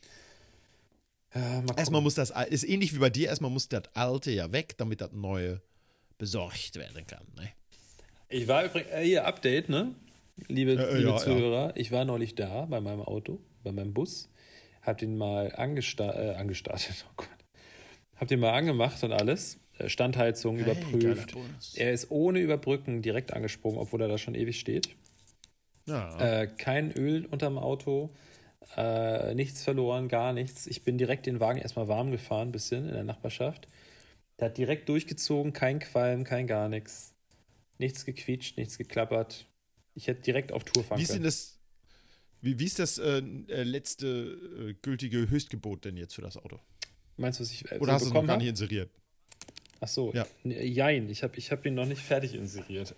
Ja, mal Erstmal muss das, ist ähnlich wie bei dir, erstmal muss das Alte ja weg, damit das Neue besorgt werden kann, ne? Ich war übrigens, äh, hier, Update, ne? Liebe, Äh, liebe ja, Zuhörer, ja. Ich war neulich da bei meinem Auto, bei meinem Bus, hab den mal angesta äh, angestartet, oh Gott. Hab den mal angemacht und alles, Standheizung Hey, überprüft. geiler Bus. Er ist ohne Überbrücken direkt angesprungen, obwohl er da schon ewig steht. Ja. Äh, kein Öl unterm Auto, äh, nichts verloren, gar nichts. Ich bin direkt den Wagen erstmal warm gefahren, ein bisschen in der Nachbarschaft. Der hat direkt durchgezogen, kein Qualm, kein gar nichts. Nichts gequietscht, nichts geklappert. Ich hätte direkt auf Tour fahren Wie ist denn können. das, wie, wie ist das äh, äh, letzte äh, gültige Höchstgebot denn jetzt für das Auto? Meinst du, was ich äh, Oder so hast du es noch bekommen gar habe? nicht inseriert? Ach so, Ja. N- Jein, ich habe ich hab ihn noch nicht fertig inseriert.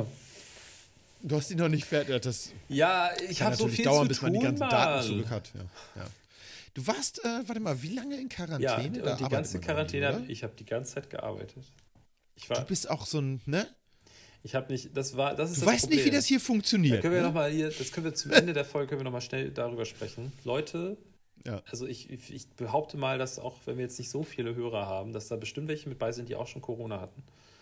Du hast ihn noch nicht fertig. Das Ja, ich kann habe so natürlich viel dauern, zu bis tun, man die ganzen Mann. Daten zurück hat. Ja, ja. Du warst, äh, warte mal, wie lange in Ja, Quarantäne? und Da die arbeitet ganze man noch Quarantäne, nie, hab, oder? ich habe die ganze Zeit gearbeitet. Ich Du war, bist auch so ein, ne? ich habe nicht, das war, das ist Du das weißt Problem. nicht, wie das hier Da funktioniert. können wir ne? noch mal hier, das können wir zum Ende der Folge können wir noch mal schnell darüber sprechen. Leute, Ja. also ich, ich ich behaupte mal, dass auch wenn wir jetzt nicht so viele Hörer haben, dass da bestimmt welche mit bei sind, die auch schon Corona hatten.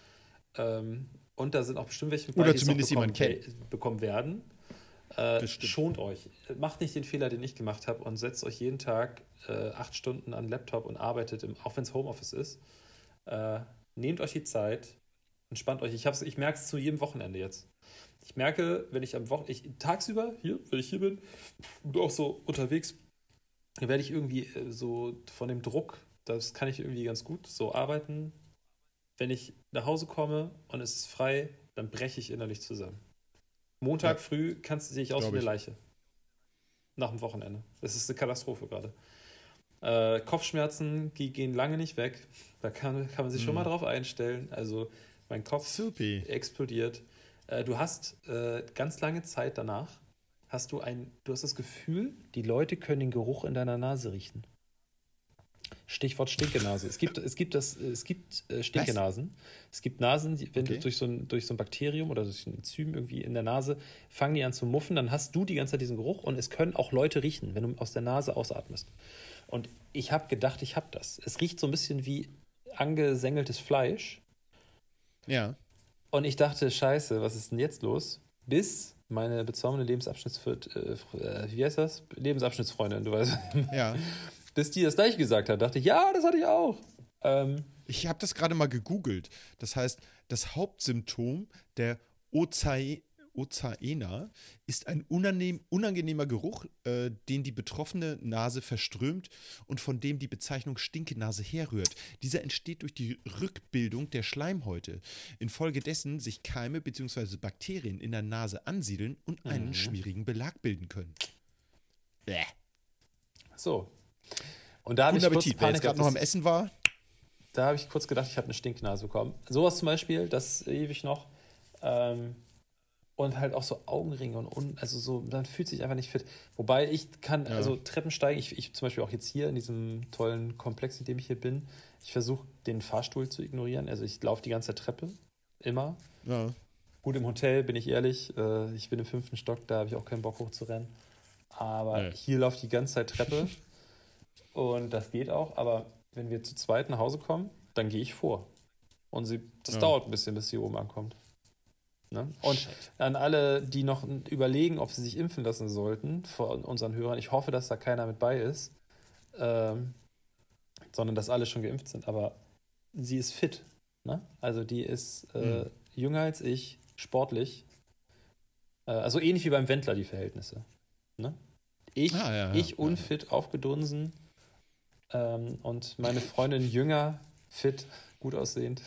Ähm, und da sind auch bestimmt welche mit bei, Oder die es zumindest noch bekommen, jemand we- bekommen werden. Äh, Bestimmt. schont euch. Macht nicht den Fehler, den ich gemacht habe und setzt euch jeden Tag äh, acht Stunden an den Laptop und arbeitet, im, auch wenn es Homeoffice ist. Äh, nehmt euch die Zeit, entspannt euch. Ich, hab's- ich merke es zu jedem Wochenende jetzt. Ich merke, wenn ich am Wochenende, tagsüber, hier, wenn ich hier bin, und auch so unterwegs, dann werde ich irgendwie äh, so von dem Druck, das kann ich irgendwie ganz gut so arbeiten. Wenn ich nach Hause komme und es ist frei, dann breche ich innerlich zusammen. Montag Ja. früh kannst, sehe ich aus Glaub wie eine ich. Leiche. Nach dem Wochenende. Das ist eine Katastrophe gerade. Äh, Kopfschmerzen, die gehen lange nicht weg. Da kann, kann man sich schon Mhm. mal drauf einstellen. Also mein Kopf Supi. explodiert. Äh, du hast äh, ganz lange Zeit danach, hast du ein, du hast das Gefühl, die Leute können den Geruch in deiner Nase riechen. Stichwort Stinkenase. Es gibt, es gibt, das, es gibt äh, Stinkenasen. Es gibt Nasen, die, wenn Okay. du durch so, ein, durch so ein Bakterium oder durch ein Enzym irgendwie in der Nase fangen die an zu muffen, dann hast du die ganze Zeit diesen Geruch und es können auch Leute riechen, wenn du aus der Nase ausatmest. Und ich habe gedacht, ich habe das. Es riecht so ein bisschen wie angesengeltes Fleisch. Ja. Und ich dachte, scheiße, was ist denn jetzt los? Bis meine bezaubernde Lebensabschnittsfreundin, äh, wie heißt das? Lebensabschnittsfreundin, du weißt. Ja. Bis die das gleich gesagt hat, dachte ich, ja, das hatte ich auch. Ähm, Ich habe das gerade mal gegoogelt. Das heißt, das Hauptsymptom der Ozae, Ozaena ist ein unangenehm, unangenehmer Geruch, äh, den die betroffene Nase verströmt und von dem die Bezeichnung Stinkenase herrührt. Dieser entsteht durch die Rückbildung der Schleimhäute, infolgedessen sich Keime bzw. Bakterien in der Nase ansiedeln und einen Mhm. schmierigen Belag bilden können. Bäh. so. Und da habe ich Guten kurz Appetit. Wer Panik jetzt gerade gehabt, noch am dass- Essen war, Da habe ich kurz gedacht, ich habe eine Stinknase bekommen. Sowas zum Beispiel, das ewig noch. Ähm, und halt auch so Augenringe und un, also so, man fühlt sich einfach nicht fit. Wobei ich kann, Ja. also Treppen steigen, ich, ich zum Beispiel auch jetzt hier in diesem tollen Komplex, in dem ich hier bin, ich versuche den Fahrstuhl zu ignorieren. Also ich laufe die ganze Treppe, immer. ja, Gut, im Hotel bin ich ehrlich, äh, ich bin im fünften Stock, da habe ich auch keinen Bock hochzurennen. Aber Nee. hier läuft die ganze Zeit Treppe und das geht auch. Aber wenn wir zu zweit nach Hause kommen, dann gehe ich vor. Und sie, das Ja. dauert ein bisschen, bis sie oben ankommt. Ne? Und an alle, die noch überlegen, ob sie sich impfen lassen sollten, von unseren Hörern, ich hoffe, dass da keiner mit bei ist, ähm, sondern dass alle schon geimpft sind. Aber sie ist fit. Ne? Also die ist äh, Mhm. jünger als ich, sportlich. Äh, also ähnlich wie beim Wendler die Verhältnisse. Ne? Ich, Ah, ja, ja, ich ja. unfit, aufgedunsen ähm, und meine Freundin jünger, fit, gut aussehend.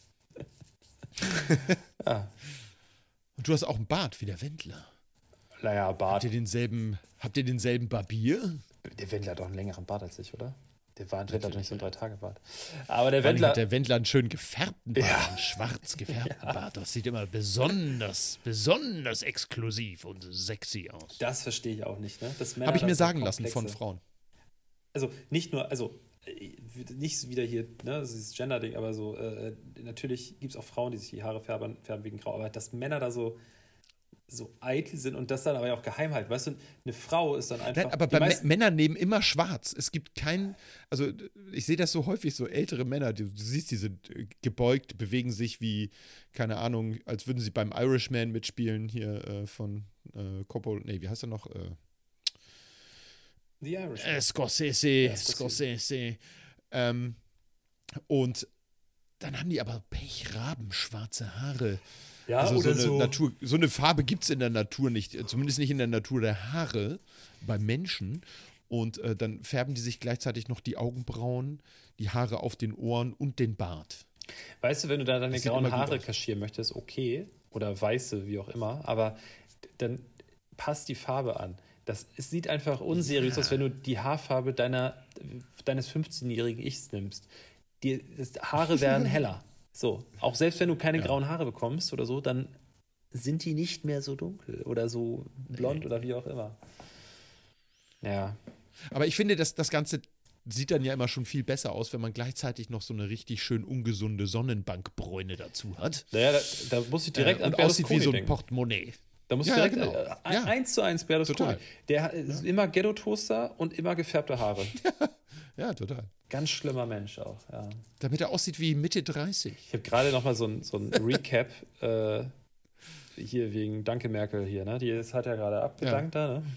ja. Und du hast auch einen Bart wie der Wendler. Naja, Habt Bart. ihr denselben, habt ihr denselben Barbier? Der Wendler hat doch einen längeren Bart als ich, oder? Der Wendler hat doch nicht so einen Drei-Tage-Bart. Aber der Vor allem Wendler. hat der Wendler einen schön gefärbten Bart, Ja. einen schwarz gefärbten Bart. Das sieht immer besonders, besonders exklusiv und sexy aus. Das verstehe ich auch nicht, ne? Dass Männer Habe ich da mir so sagen lassen von komplexe- Frauen. Also nicht nur, also äh, nicht wieder hier, ne, das ist dieses Gender-Ding, aber so, äh, natürlich gibt es auch Frauen, die sich die Haare färben, färben wegen Grau, aber dass Männer da so, so eitel sind und das dann aber ja auch geheim halten. Weißt du, eine Frau ist dann einfach. Nein, aber die bei Mä- meisten- Männern nehmen immer schwarz. Es gibt keinen, also ich sehe das so häufig, so ältere Männer, du, du siehst, die sind äh, gebeugt, bewegen sich wie, keine Ahnung, als würden sie beim Irishman mitspielen, hier äh, von äh, Coppola, nee, wie heißt er noch? Äh, The Irish. äh, Scorsese, Ja, Scorsese. Scorsese. Ähm, und dann haben die aber pechrabenschwarze Haare. Ja, Also so oder eine, so. Natur, so eine Farbe gibt es in der Natur nicht, äh, zumindest nicht in der Natur der Haare bei Menschen. Und äh, dann färben die sich gleichzeitig noch die Augenbrauen, die Haare auf den Ohren und den Bart. Weißt du, wenn du da deine Das sieht grauen immer gut Haare aus. kaschieren möchtest, okay. Oder weiße, wie auch immer. Aber dann passt die Farbe an. Das, es sieht einfach unseriös aus, wenn du die Haarfarbe deiner, deines fünfzehnjährigen Ichs nimmst. Die das, Haare werden heller. So. Auch selbst wenn du keine Ja. grauen Haare bekommst oder so, dann sind die nicht mehr so dunkel oder so blond oder wie auch immer. Ja. Aber ich finde, dass das Ganze sieht dann ja immer schon viel besser aus, wenn man gleichzeitig noch so eine richtig schön ungesunde Sonnenbankbräune dazu hat. Naja, da, da muss ich direkt äh, an und aussieht wie Berlusconi so ein denken. Portemonnaie. Da muss Ja, direkt genau. äh, Ja. eins zu eins Berlusconi. Total. Der hat ist immer Ghetto-Toaster und immer gefärbte Haare. Ja, total. Ganz schlimmer Mensch auch, ja. Damit er aussieht wie Mitte dreißig. Ich habe gerade noch mal so ein, so ein Recap äh, hier wegen Danke Merkel hier, ne? Die das hat ja gerade abgedankt da, ne?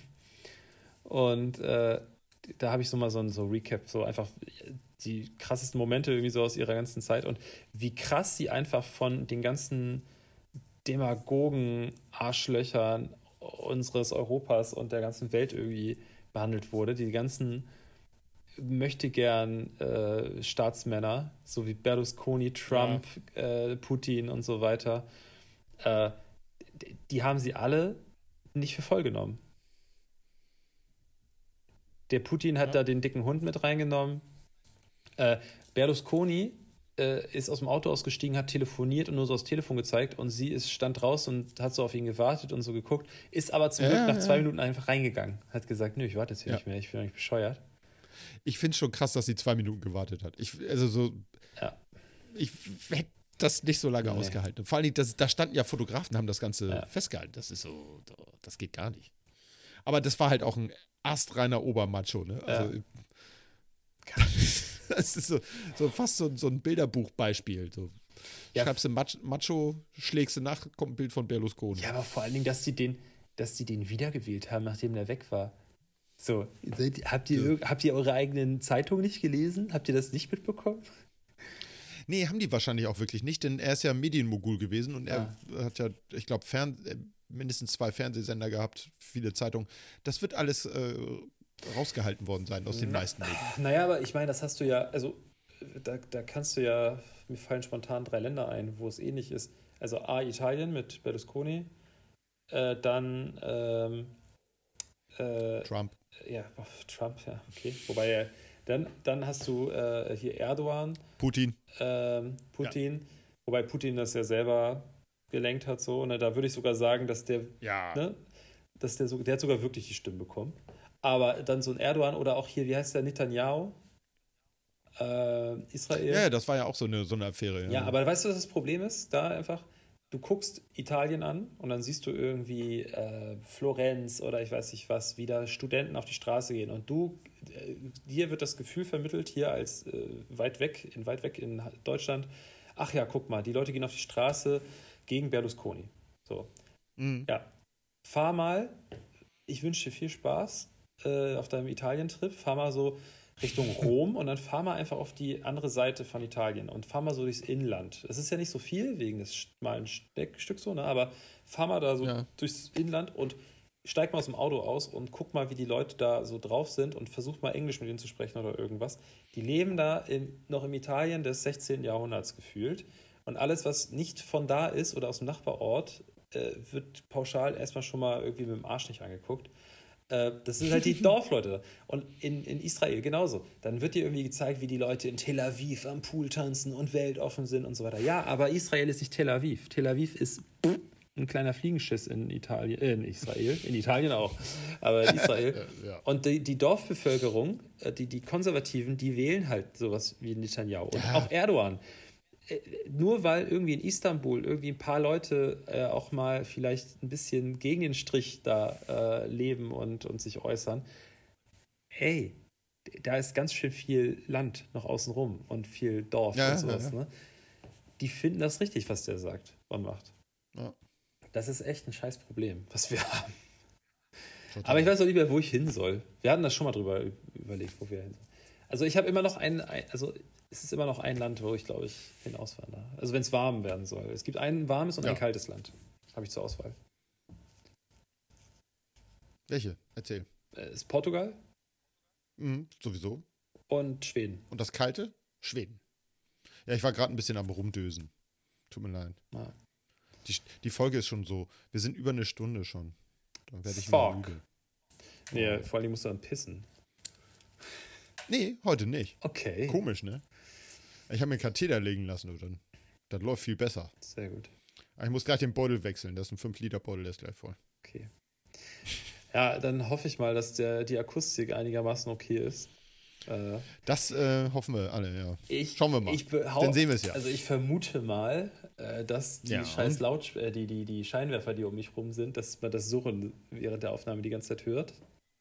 Und äh, da habe ich so mal so ein so Recap, so einfach die krassesten Momente irgendwie so aus ihrer ganzen Zeit und wie krass sie einfach von den ganzen Demagogen, Arschlöchern unseres Europas und der ganzen Welt irgendwie behandelt wurde. Die ganzen möchte gern äh, Staatsmänner, so wie Berlusconi, Trump, äh, Putin und so weiter, äh, die, die haben sie alle nicht für voll genommen. Der Putin hat Ja. da den dicken Hund mit reingenommen. Äh, Berlusconi äh, ist aus dem Auto ausgestiegen, hat telefoniert und nur so das Telefon gezeigt und sie ist, stand draußen und hat so auf ihn gewartet und so geguckt, ist aber zum Ja, Glück nach ja. zwei Minuten einfach reingegangen. Hat gesagt, nö, ich warte jetzt hier Ja. nicht mehr, ich bin doch nicht bescheuert. Ich finde es schon krass, dass sie zwei Minuten gewartet hat. Ich, also so, Ja. ich hätte das nicht so lange Nee. ausgehalten. Vor allem, das, da standen ja Fotografen, haben das Ganze Ja. festgehalten. Das ist so, das geht gar nicht. Aber das war halt auch ein astreiner Obermacho, ne? Also, das ist so, so fast so, so ein Bilderbuchbeispiel. So. Ja. Schreibst du Mach- Macho, schlägst du nach, kommt ein Bild von Berlusconi. Ja, aber vor allen Dingen, dass die den, dass die den wiedergewählt haben, nachdem der weg war. So, seid, habt, ihr, irg- habt ihr eure eigenen Zeitungen nicht gelesen? Habt ihr das nicht mitbekommen? Nee, haben die wahrscheinlich auch wirklich nicht, denn er ist ja Medienmogul gewesen und er hat ja, ich glaube, Fern äh, mindestens zwei Fernsehsender gehabt, viele Zeitungen. Das wird alles äh, rausgehalten worden sein aus den meisten Medien. Naja, aber ich meine, das hast du ja, also da, da kannst du ja, mir fallen spontan drei Länder ein, wo es ähnlich ist. Also A, Italien mit Berlusconi, äh, dann ähm, äh, Trump. ja, oh, Trump, ja, okay. Wobei, äh, dann, dann hast du äh, hier Erdogan, Putin. ähm, Putin, wobei Putin das ja selber gelenkt hat, so, ne? Da würde ich sogar sagen, dass der, Ja. ne, dass der so, der hat sogar wirklich die Stimmen bekommen. Aber dann so ein Erdogan oder auch hier, wie heißt der, Netanyahu? Äh, Israel. Ja, das war ja auch so eine, so eine Affäre. Ja, aber weißt du, was das Problem ist? Da einfach, du guckst Italien an und dann siehst du irgendwie äh, Florenz oder ich weiß nicht was, wieder Studenten auf die Straße gehen und du, äh, dir wird das Gefühl vermittelt, hier als äh, weit weg, in weit weg in Deutschland, ach ja, guck mal, die Leute gehen auf die Straße gegen Berlusconi. So. Mhm. Ja. Fahr mal, ich wünsche dir viel Spaß äh, auf deinem Italien-Trip, fahr mal so Richtung Rom und dann fahr mal einfach auf die andere Seite von Italien und fahr mal so durchs Inland. Das ist ja nicht so viel wegen des schmalen Stück so, ne? Aber fahr mal da so Ja. durchs Inland und steig mal aus dem Auto aus und guck mal, wie die Leute da so drauf sind und versuch mal Englisch mit ihnen zu sprechen oder irgendwas. Die leben da im, noch im Italien des sechzehnten. Jahrhunderts gefühlt und alles, was nicht von da ist oder aus dem Nachbarort, äh, wird pauschal erstmal schon mal irgendwie mit dem Arsch nicht angeguckt. Äh, das sind halt die Dorfleute. Und in, in Israel genauso. Dann wird dir irgendwie gezeigt, wie die Leute in Tel Aviv am Pool tanzen und weltoffen sind und so weiter. Ja, aber Israel ist nicht Tel Aviv. Tel Aviv ist pff, ein kleiner Fliegenschiss in Italien, äh, in Israel, in Italien auch, aber in Israel. Ja, ja. Und die, die Dorfbevölkerung, äh, die, die Konservativen, die wählen halt sowas wie Netanyahu. Und Ja. auch Erdogan. Äh, nur weil irgendwie in Istanbul irgendwie ein paar Leute äh, auch mal vielleicht ein bisschen gegen den Strich da äh, leben und, und sich äußern. Ey, da ist ganz schön viel Land noch außenrum und viel Dorf Ja, und sowas. ja, ja. Ne? Die finden das richtig, was der sagt und macht. Ja. Das ist echt ein scheiß Problem, was wir haben. Total. Aber ich weiß auch nicht mehr, wo ich hin soll. Wir hatten das schon mal drüber überlegt, wo wir hin sollen. Also ich habe immer noch ein, ein, also es ist immer noch ein Land, wo ich, glaube ich, hinauswandere. Also wenn es warm werden soll. Es gibt ein warmes und Ja. ein kaltes Land. Habe ich zur Auswahl. Welche? Erzähl. Äh, ist Portugal Mhm, sowieso. und Schweden. Und das Kalte? Schweden. Ja, ich war gerade ein bisschen am Rumdösen. Tut mir leid. Ah. Die, die Folge ist schon so. Wir sind über eine Stunde schon. Dann werde ich Fuck. mal müde. Nee, vor allem musst du dann pissen. Nee, heute nicht. Okay. Komisch, ne? Ich habe mir einen Katheter legen lassen, und dann, das läuft viel besser. Sehr gut. Aber ich muss gleich den Beutel wechseln. Das ist ein fünf Liter Beutel, der ist gleich voll. Okay. Ja, dann hoffe ich mal, dass der, die Akustik einigermaßen okay ist. Äh, Das äh, hoffen wir alle, ja. ich, Schauen wir mal. Ich behau- Dann sehen wir es ja. Also ich vermute mal, äh, dass die Ja. scheiß Laut äh, die, die, die Scheinwerfer, die um mich rum sind, dass man das Surren während der Aufnahme die ganze Zeit hört.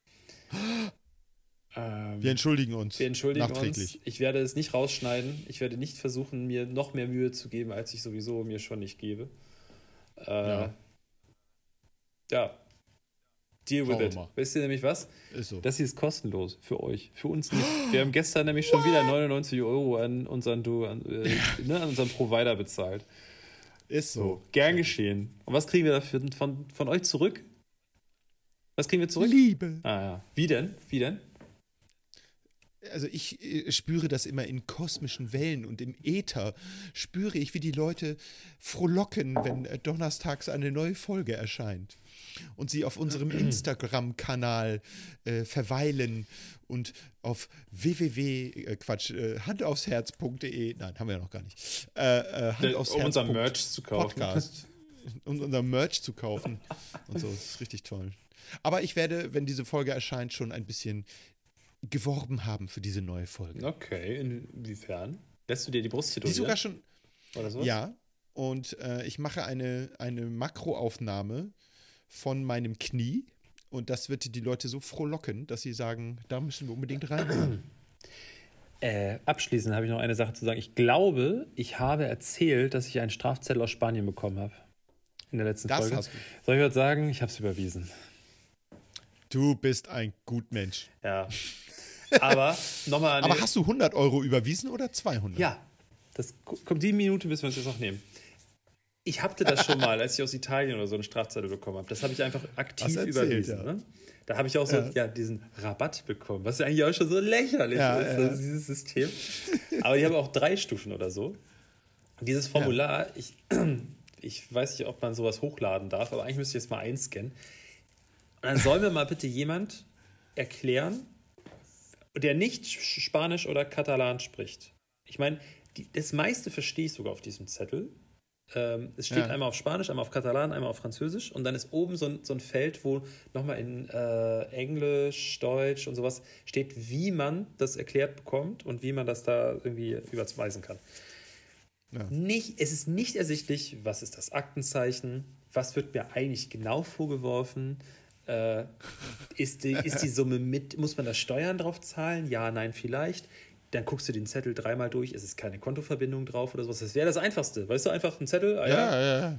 Ähm, Wir entschuldigen uns. wir entschuldigen nachträglich. uns. Ich werde es nicht rausschneiden. Ich werde nicht versuchen, mir noch mehr Mühe zu geben, als ich sowieso mir schon nicht gebe. Äh, Ja. ja. Deal with Schauen wir it. mal. Wisst ihr nämlich was? Ist so. Das hier ist kostenlos für euch, für uns nicht. Wir haben gestern nämlich schon wieder neunundneunzig Euro an unseren, Du- an, äh, ne, an unseren Provider bezahlt. Ist so. Gern geschehen. Und was kriegen wir dafür von, von euch zurück? Was kriegen wir zurück? Liebe. Ah ja. Wie denn? Wie denn? Also ich äh, spüre das immer in kosmischen Wellen und im Äther spüre ich, wie die Leute frohlocken, wenn äh, donnerstags eine neue Folge erscheint. Und sie auf unserem Instagram-Kanal äh, verweilen und auf www, äh, Quatsch, äh, handaufsherz punkt de, nein, haben wir ja noch gar nicht, äh, äh, Hand aufs Um Herz. unser Merch zu kaufen. Podcast, um unser Merch zu kaufen. Und so, das ist richtig toll. Aber ich werde, wenn diese Folge erscheint, schon ein bisschen geworben haben für diese neue Folge. Okay, inwiefern? Lässt du dir die Brust Die tätowieren? sogar schon, Oder so? ja, und äh, ich mache eine, eine Makroaufnahme von meinem Knie und das wird die Leute so frohlocken, dass sie sagen, da müssen wir unbedingt rein. Äh, abschließend habe ich noch eine Sache zu sagen. Ich glaube, ich habe erzählt, dass ich einen Strafzettel aus Spanien bekommen habe. In der letzten Das Folge. hast du. Soll ich was sagen? Ich habe es überwiesen. Du bist ein Gutmensch. Ja. Aber nochmal. Aber hast du hundert Euro überwiesen oder zweihundert? Ja. Das kommt die Minute, müssen wir uns jetzt noch nehmen. Ich hatte das schon mal, als ich aus Italien oder so eine Strafzettel bekommen habe. Das habe ich einfach aktiv Hast erzählt, überwiesen. ja. Ne? Da habe ich auch so Ja. ja, diesen Rabatt bekommen, was ja eigentlich auch schon so lächerlich Ja, ist, ja. also dieses System. Aber die haben auch drei Stufen oder so. Und dieses Formular, ich, ich weiß nicht, ob man sowas hochladen darf, aber eigentlich müsste ich jetzt mal einscannen. Und dann soll mir mal bitte jemand erklären, der nicht Spanisch oder Katalan spricht. Ich meine, die, das meiste verstehe ich sogar auf diesem Zettel. Ähm, es steht Ja. einmal auf Spanisch, einmal auf Katalan, einmal auf Französisch und dann ist oben so ein, so ein Feld, wo nochmal in äh, Englisch, Deutsch und sowas steht, wie man das erklärt bekommt und wie man das da irgendwie überweisen kann. Ja. Nicht, es ist nicht ersichtlich, was ist das Aktenzeichen, was wird mir eigentlich genau vorgeworfen, äh, ist, die, ist die Summe mit, muss man da Steuern drauf zahlen? Ja, nein, vielleicht. Dann guckst du den Zettel dreimal durch, es ist keine Kontoverbindung drauf oder sowas. Das wäre das Einfachste. Weißt du, einfach ein Zettel. Ah, Ja, ja, ja.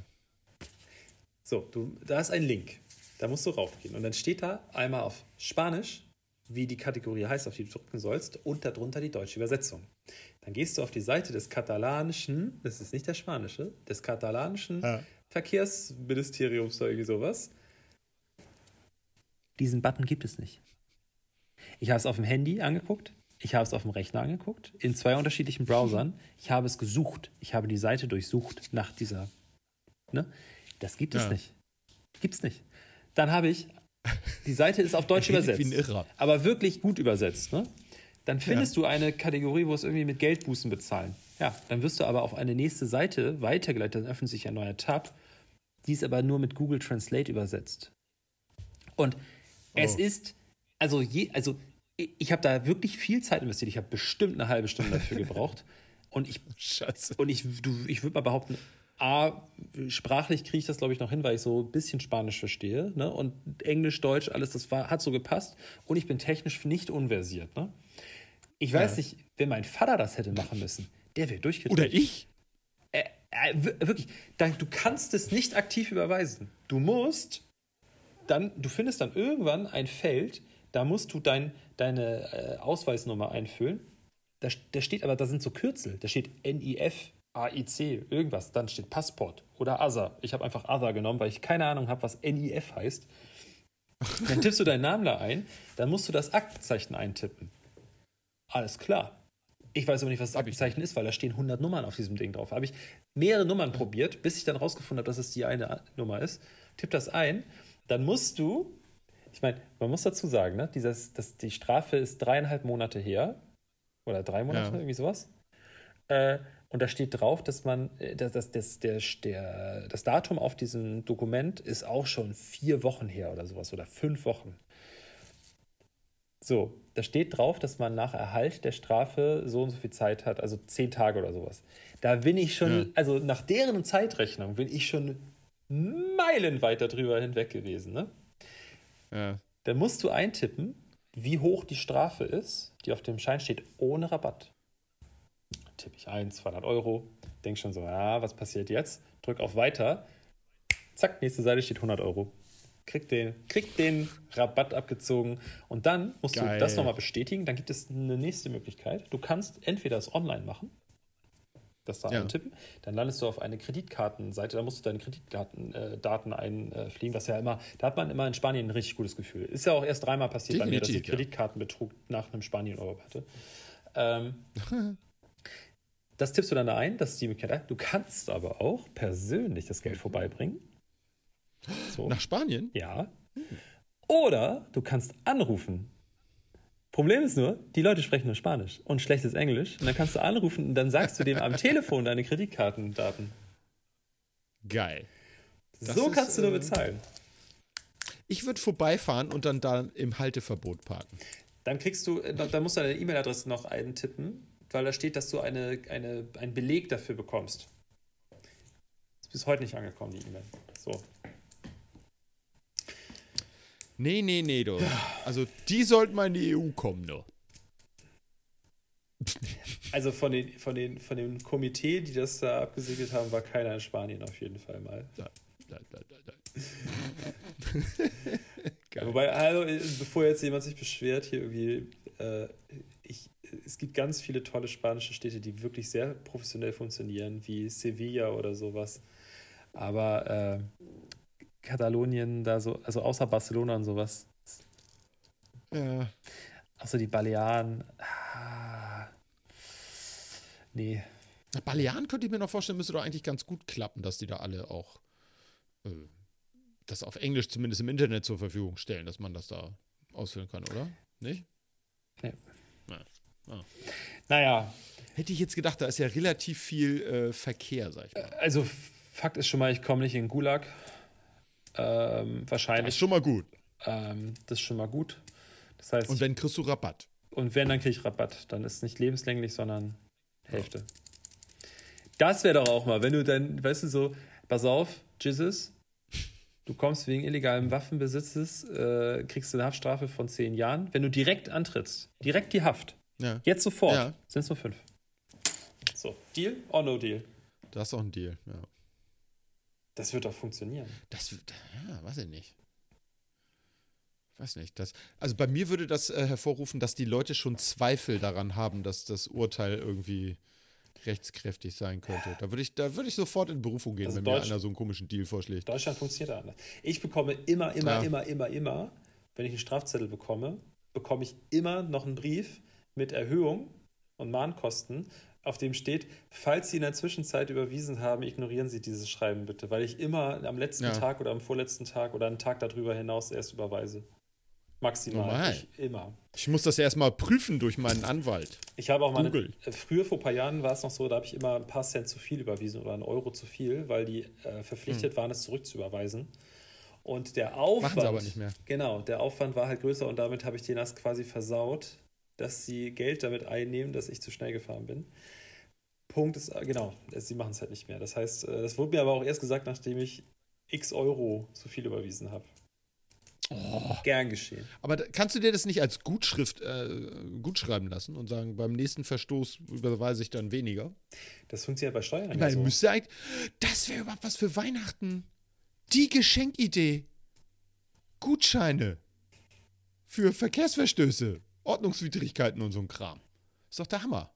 So, du, da ist ein Link. Da musst du raufgehen. Und dann steht da einmal auf Spanisch, wie die Kategorie heißt, auf die du drücken sollst, und darunter die deutsche Übersetzung. Dann gehst du auf die Seite des katalanischen, das ist nicht der spanische, des katalanischen Ja. Verkehrsministeriums oder irgendwie sowas. Diesen Button gibt es nicht. Ich habe es auf dem Handy angeguckt. Ich habe es auf dem Rechner angeguckt, in zwei unterschiedlichen Browsern. Ich habe es gesucht. Ich habe die Seite durchsucht nach dieser. Ne? Das gibt es Ja. nicht. Gibt es nicht. Dann habe ich Die Seite ist auf Deutsch Er redet übersetzt. wie ein Irrer. Aber wirklich gut übersetzt, ne? Dann findest ja. du eine Kategorie, wo es irgendwie mit Geldbußen bezahlen. Ja, dann wirst du aber auf eine nächste Seite weitergeleitet, dann öffnet sich ein neuer Tab. Die ist aber nur mit Google Translate übersetzt. Und oh. es ist, also, je, also ich habe da wirklich viel Zeit investiert. Ich habe bestimmt eine halbe Stunde dafür gebraucht. Und ich, Scheiße. Und ich, ich würde mal behaupten, A, sprachlich kriege ich das, glaube ich, noch hin, weil ich so ein bisschen Spanisch verstehe. Ne? Und Englisch, Deutsch, alles, das war, hat so gepasst. Und ich bin technisch nicht unversiert. Ne? Ich weiß ja. nicht, wenn mein Vater das hätte machen müssen, der wäre durchgedreht. Oder ich? Äh, äh, wirklich, da, du kannst es nicht aktiv überweisen. Du musst dann, du findest dann irgendwann ein Feld, da musst du dein, deine äh, Ausweisnummer einfüllen. Da, da steht aber, da sind so Kürzel. Da steht N I F, A I C, irgendwas. Dann steht Passport oder Other. Ich habe einfach Other genommen, weil ich keine Ahnung habe, was N I F heißt. Dann tippst du deinen Namen da ein, dann musst du das Aktenzeichen eintippen. Alles klar. Ich weiß aber nicht, was das Aktenzeichen ist, weil da stehen hundert Nummern auf diesem Ding drauf. Da habe ich mehrere Nummern probiert, bis ich dann rausgefunden habe, dass es die eine Nummer ist. Tipp das ein, dann musst du, ich meine, man muss dazu sagen, ne, dieses, das, die Strafe ist dreieinhalb Monate her oder drei Monate, ja. irgendwie sowas. Äh, und da steht drauf, dass man, das, das, das, der, der, das Datum auf diesem Dokument ist auch schon vier Wochen her oder sowas oder fünf Wochen. So, da steht drauf, dass man nach Erhalt der Strafe so und so viel Zeit hat, also zehn Tage oder sowas. Da bin ich schon, ja. also nach deren Zeitrechnung bin ich schon meilenweit darüber hinweg gewesen. Ne? Ja. Dann musst du eintippen, wie hoch die Strafe ist, die auf dem Schein steht, ohne Rabatt. Tippe ich ein, zweihundert Euro, denk schon so, ja, was passiert jetzt? Drück auf Weiter, zack, nächste Seite steht hundert Euro. Krieg den, krieg den Rabatt abgezogen und dann musst Geil. du das nochmal bestätigen. Dann gibt es eine nächste Möglichkeit. Du kannst entweder das online machen, das da ja. eintippen, dann landest du auf eine Kreditkartenseite, da musst du deine Kreditkartendaten äh, einfliegen, was ja immer, da hat man immer in Spanien ein richtig gutes Gefühl. Ist ja auch erst dreimal passiert Definitiv, bei mir, dass ich Kreditkartenbetrug ja. nach einem Spanien-Urlaub hatte. Ähm, das tippst du dann da ein, das ist die Möglichkeit. Du kannst aber auch persönlich das Geld vorbeibringen. So. Nach Spanien? Ja. Oder du kannst anrufen. Problem ist nur, die Leute sprechen nur Spanisch und schlechtes Englisch. Und dann kannst du anrufen und dann sagst du dem am Telefon deine Kreditkartendaten. Geil. Das so ist, kannst du nur bezahlen. Ich würde vorbeifahren und dann da im Halteverbot parken. Dann kriegst du, dann musst du deine E-Mail-Adresse noch eintippen, weil da steht, dass du eine, eine, einen Beleg dafür bekommst. Ist bis heute nicht angekommen, die E-Mail. So. Nee, nee, nee, du. Also, die sollten mal in die E U kommen, nur. Also, von, den, von, den, von dem Komitee, die das da abgesegelt haben, war keiner in Spanien auf jeden Fall mal. Da, da, da, da, da. Wobei, also, bevor jetzt jemand sich beschwert, hier irgendwie, äh, ich, es gibt ganz viele tolle spanische Städte, die wirklich sehr professionell funktionieren, wie Sevilla oder sowas. Aber, äh, Katalonien, da so, also außer Barcelona und sowas. Ja. Achso, die Balearen. Ah, nee. Na, Balearen könnte ich mir noch vorstellen, müsste doch eigentlich ganz gut klappen, dass die da alle auch äh, das auf Englisch zumindest im Internet zur Verfügung stellen, dass man das da ausfüllen kann, oder? Nicht? Nee. Na, ah. Naja. Hätte ich jetzt gedacht, da ist ja relativ viel äh, Verkehr, sag ich mal. Also, Fakt ist schon mal, ich komme nicht in den Gulag. Ähm, wahrscheinlich. Das ist schon mal gut. Ähm, das ist schon mal gut. Das heißt, und wenn, kriegst du Rabatt. Und wenn, dann krieg ich Rabatt. Dann ist es nicht lebenslänglich, sondern Hälfte. Ja. Das wäre doch auch mal, wenn du dann, weißt du so, pass auf, Jesus, du kommst wegen illegalem Waffenbesitzes, äh, kriegst du eine Haftstrafe von zehn Jahren. Wenn du direkt antrittst, direkt die Haft, ja. jetzt sofort, ja. sind es nur fünf. So, Deal or no deal? Das ist auch ein Deal, ja. Das wird doch funktionieren. Das wird, ja, weiß ich nicht. Weiß nicht. Das, also bei mir würde das äh, hervorrufen, dass die Leute schon Zweifel daran haben, dass das Urteil irgendwie rechtskräftig sein könnte. Da würde ich, da würde ich sofort in Berufung gehen, also wenn mir einer so einen komischen Deal vorschlägt. Deutschland funktioniert anders. Ich bekomme immer, immer, ja. immer, immer, immer, wenn ich einen Strafzettel bekomme, bekomme ich immer noch einen Brief mit Erhöhung und Mahnkosten, auf dem steht, falls Sie in der Zwischenzeit überwiesen haben, ignorieren Sie dieses Schreiben bitte, weil ich immer am letzten Ja. Tag oder am vorletzten Tag oder einen Tag darüber hinaus erst überweise. Maximal. Normal. Ich, immer. Ich muss das erstmal prüfen durch meinen Anwalt. Ich habe auch mal, Google. eine, früher vor ein paar Jahren war es noch so, da habe ich immer ein paar Cent zu viel überwiesen oder einen Euro zu viel, weil die äh, verpflichtet Hm. waren, es zurückzuüberweisen. Und der Aufwand, Machen sie aber nicht mehr. Genau, der Aufwand war halt größer und damit habe ich denen das quasi versaut, dass sie Geld damit einnehmen, dass ich zu schnell gefahren bin. Punkt ist, äh, genau, sie machen es halt nicht mehr. Das heißt, äh, das wurde mir aber auch erst gesagt, nachdem ich x Euro zu viel überwiesen habe. Oh. Gern geschehen. Aber da, kannst du dir das nicht als Gutschrift äh, gut schreiben lassen und sagen, beim nächsten Verstoß überweise ich dann weniger? Das funktioniert bei Steuern Ich ja meine, so. müsste eigentlich, das wäre überhaupt was für Weihnachten. Die Geschenkidee. Gutscheine. Für Verkehrsverstöße, Ordnungswidrigkeiten und so ein Kram. Ist doch der Hammer.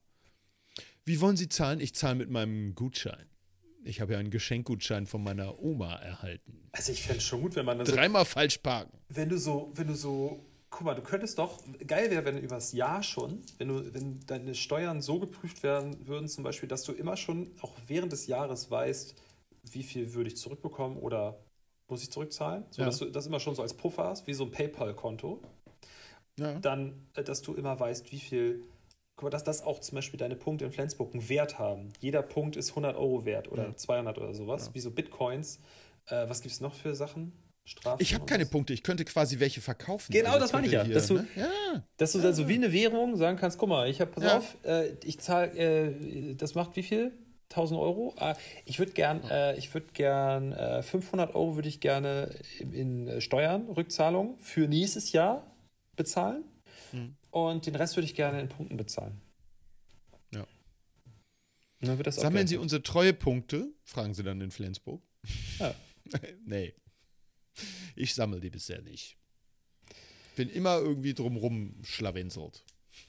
Wie wollen Sie zahlen? Ich zahle mit meinem Gutschein. Ich habe ja einen Geschenkgutschein von meiner Oma erhalten. Also ich fände es schon gut, wenn man dann so, Dreimal falsch parken. wenn du so, wenn du so, guck mal, du könntest doch, geil wäre, wenn du übers Jahr schon, wenn du, wenn deine Steuern so geprüft werden würden, zum Beispiel, dass du immer schon, auch während des Jahres weißt, wie viel würde ich zurückbekommen oder muss ich zurückzahlen, so Ja. dass du das immer schon so als Puffer hast, wie so ein PayPal-Konto. Ja. Dann, äh, dass du immer weißt, wie viel, guck mal, dass das auch zum Beispiel deine Punkte in Flensburg einen Wert haben. Jeder Punkt ist hundert Euro wert oder Ja. zweihundert oder sowas, Ja. wie so Bitcoins. Äh, was gibt es noch für Sachen? Strafen? Ich habe und keine was? Punkte, ich könnte quasi welche verkaufen. Genau, Also das meine ich könnte ja, hier, dass du- ne? ja. Dass du dann so wie eine Währung sagen kannst, guck mal, ich habe, pass Ja. auf, äh, ich zahle, äh, das macht wie viel? tausend Euro? Ah, ich würde gern, äh, ich würde gern, äh, fünfhundert Euro würde ich gerne in, in äh, Steuern, Rückzahlung für nächstes Jahr bezahlen Mhm. und den Rest würde ich gerne in Punkten bezahlen. Ja. Und dann wird das Sammeln Sie abgerechnet. unsere Treuepunkte? Fragen Sie dann in Flensburg. Ja. Nee. Ich sammle die bisher nicht. Bin immer irgendwie drumrum schlawenzelt.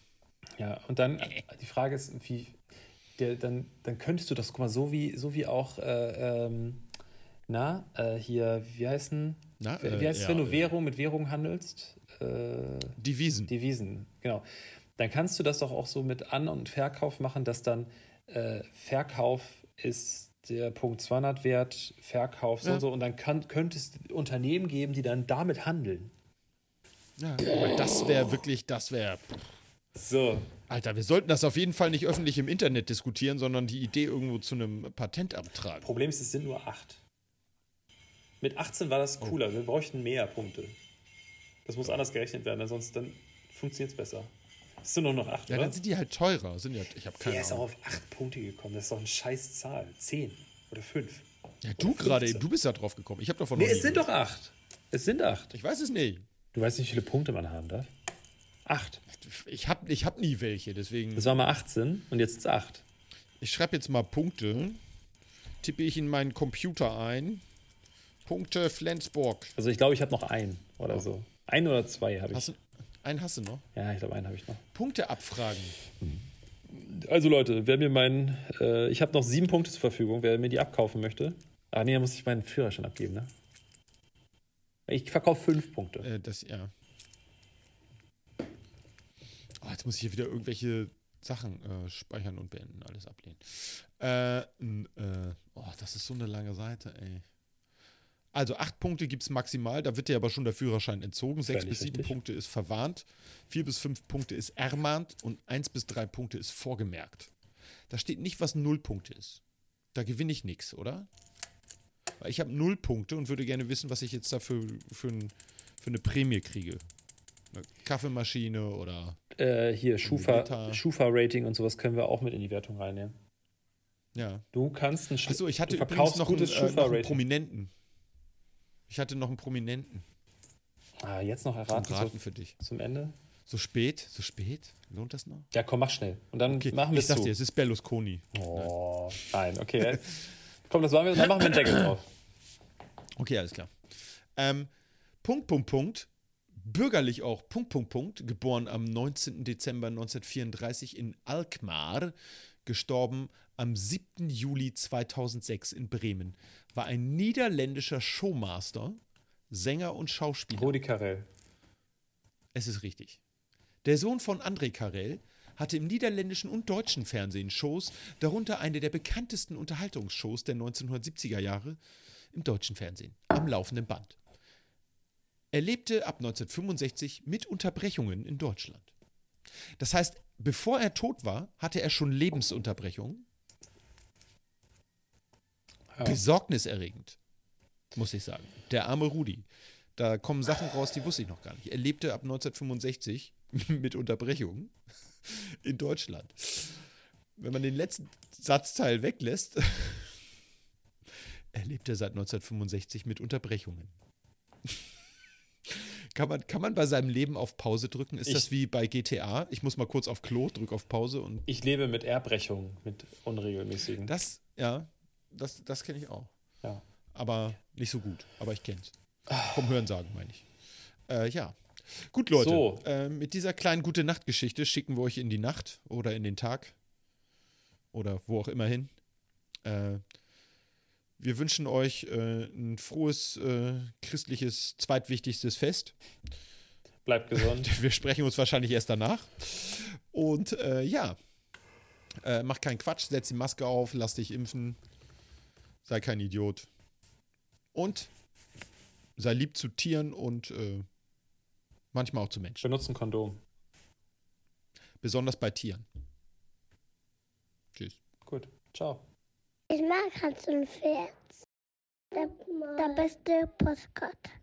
Ja, und dann, äh, die Frage ist, wie, der, dann, dann könntest du das, guck mal, so wie, so wie auch, äh, ähm, na, äh, hier, wie heißen, Na, wie äh, heißt es, ja, wenn du äh, Währung mit Währung handelst? Äh, Devisen. Devisen, genau. Dann kannst du das doch auch so mit An- und Verkauf machen, dass dann äh, Verkauf ist der Punkt zweihundert wert, Verkauf so Ja. und so und dann kann, könnte es Unternehmen geben, die dann damit handeln. Ja, aber das wäre wirklich, das wäre. So. Alter, wir sollten das auf jeden Fall nicht öffentlich im Internet diskutieren, sondern die Idee irgendwo zu einem Patent abtragen. Problem ist, es sind nur acht. Mit achtzehn war das cooler, wir bräuchten mehr Punkte. Das muss anders gerechnet werden, ansonsten funktioniert es besser. Es sind nur noch acht, Ja, oder? dann sind die halt teurer. Sind ja, ich habe keine Wer ist auch Ahnung. auf acht Punkte gekommen? Das ist doch eine scheiß Zahl. Zehn oder fünf. Ja, du oder gerade, fünfzehn. du bist da drauf gekommen. Ich habe davon Nee, noch es nie sind doch gehört. acht. Es sind acht. Ich weiß es nicht. Du weißt nicht, wie viele Punkte man haben darf? Acht. Ich habe ich hab nie welche, deswegen. Das war mal achtzehn und jetzt ist es acht. Ich schreibe jetzt mal Punkte. Tippe ich in meinen Computer ein. Punkte Flensburg. Also ich glaube, ich habe noch einen oder so. Ein oder zwei habe ich. Hast du, einen hast du noch? Ja, ich glaube, einen habe ich noch. Punkte abfragen. Also Leute, wer mir meinen, äh, ich habe noch sieben Punkte zur Verfügung, wer mir die abkaufen möchte. Ah nee, da muss ich meinen Führerschein abgeben, ne? Ich verkaufe fünf Punkte. Äh, das, ja. Oh, jetzt muss ich hier wieder irgendwelche Sachen äh, speichern und beenden, alles ablehnen. Äh, n, äh, oh, das ist so eine lange Seite, ey. Also acht Punkte gibt es maximal, da wird dir aber schon der Führerschein entzogen. Sechs Völlig bis sieben richtig. Punkte ist verwarnt, vier bis fünf Punkte ist ermahnt und eins bis drei Punkte ist vorgemerkt. Da steht nicht, was null Punkte ist. Da gewinne ich nichts, oder? Weil ich habe null Punkte und würde gerne wissen, was ich jetzt dafür für, ein, für eine Prämie kriege. Eine Kaffeemaschine oder. Äh, hier, Schufa, Beta. Schufa-Rating und sowas können wir auch mit in die Wertung reinnehmen. Ja. Du kannst ein Sch- Achso, ich hatte du übrigens verkaufst noch einen, gutes äh, noch einen Schufa-Rating. Prominenten. Ich hatte noch einen Prominenten. Ah, jetzt noch Zum erraten Raten so, für dich. zum Ende? So spät? So spät? Lohnt das noch? Ja, komm, mach schnell. Und dann Okay, machen wir ich es sag zu. dir, es ist Berlusconi. Oh, nein, okay. Komm, das machen wir, dann machen wir einen Deckel drauf. Okay, alles klar. Ähm, Punkt, Punkt, Punkt. Bürgerlich auch, Punkt, Punkt, Punkt. Geboren am neunzehnten Dezember neunzehnhundertvierunddreißig in Alkmaar. Gestorben am siebten Juli zweitausendsechs in Bremen. War ein niederländischer Showmaster, Sänger und Schauspieler. Rudi Carell. Es ist richtig. Der Sohn von André Carell hatte im niederländischen und deutschen Fernsehen Shows, darunter eine der bekanntesten Unterhaltungsshows der neunzehnhundertsiebziger Jahre im deutschen Fernsehen, am laufenden Band. Er lebte ab neunzehnhundertfünfundsechzig mit Unterbrechungen in Deutschland. Das heißt, bevor er tot war, hatte er schon Lebensunterbrechungen. Ja. Besorgniserregend, muss ich sagen. Der arme Rudi. Da kommen Sachen raus, die wusste ich noch gar nicht. Er lebte ab neunzehnhundertfünfundsechzig mit Unterbrechungen in Deutschland. Wenn man den letzten Satzteil weglässt, er lebte seit neunzehnhundertfünfundsechzig mit Unterbrechungen. Kann man, kann man bei seinem Leben auf Pause drücken? Ist Ich- das wie bei G T A? Ich muss mal kurz auf Klo, drück auf Pause und Ich lebe mit Erbrechungen, mit unregelmäßigen. das, ja, das, das kenne ich auch. Ja. Aber nicht so gut. Aber ich kenne es. Vom Hörensagen, meine ich. Äh, ja. Gut, Leute. So. Äh, mit dieser kleinen Gute-Nacht-Geschichte schicken wir euch in die Nacht oder in den Tag. Oder wo auch immer hin. Äh, wir wünschen euch äh, ein frohes, äh, christliches, zweitwichtigstes Fest. Bleibt gesund. Wir sprechen uns wahrscheinlich erst danach. Und äh, ja. Äh, mach keinen Quatsch, setz die Maske auf, lass dich impfen. Sei kein Idiot. Und sei lieb zu Tieren und äh, manchmal auch zu Menschen. Benutzen Kondom. Besonders bei Tieren. Tschüss. Gut. Ciao. Ich mag Hans und Pferd. Der, der beste Postkarte.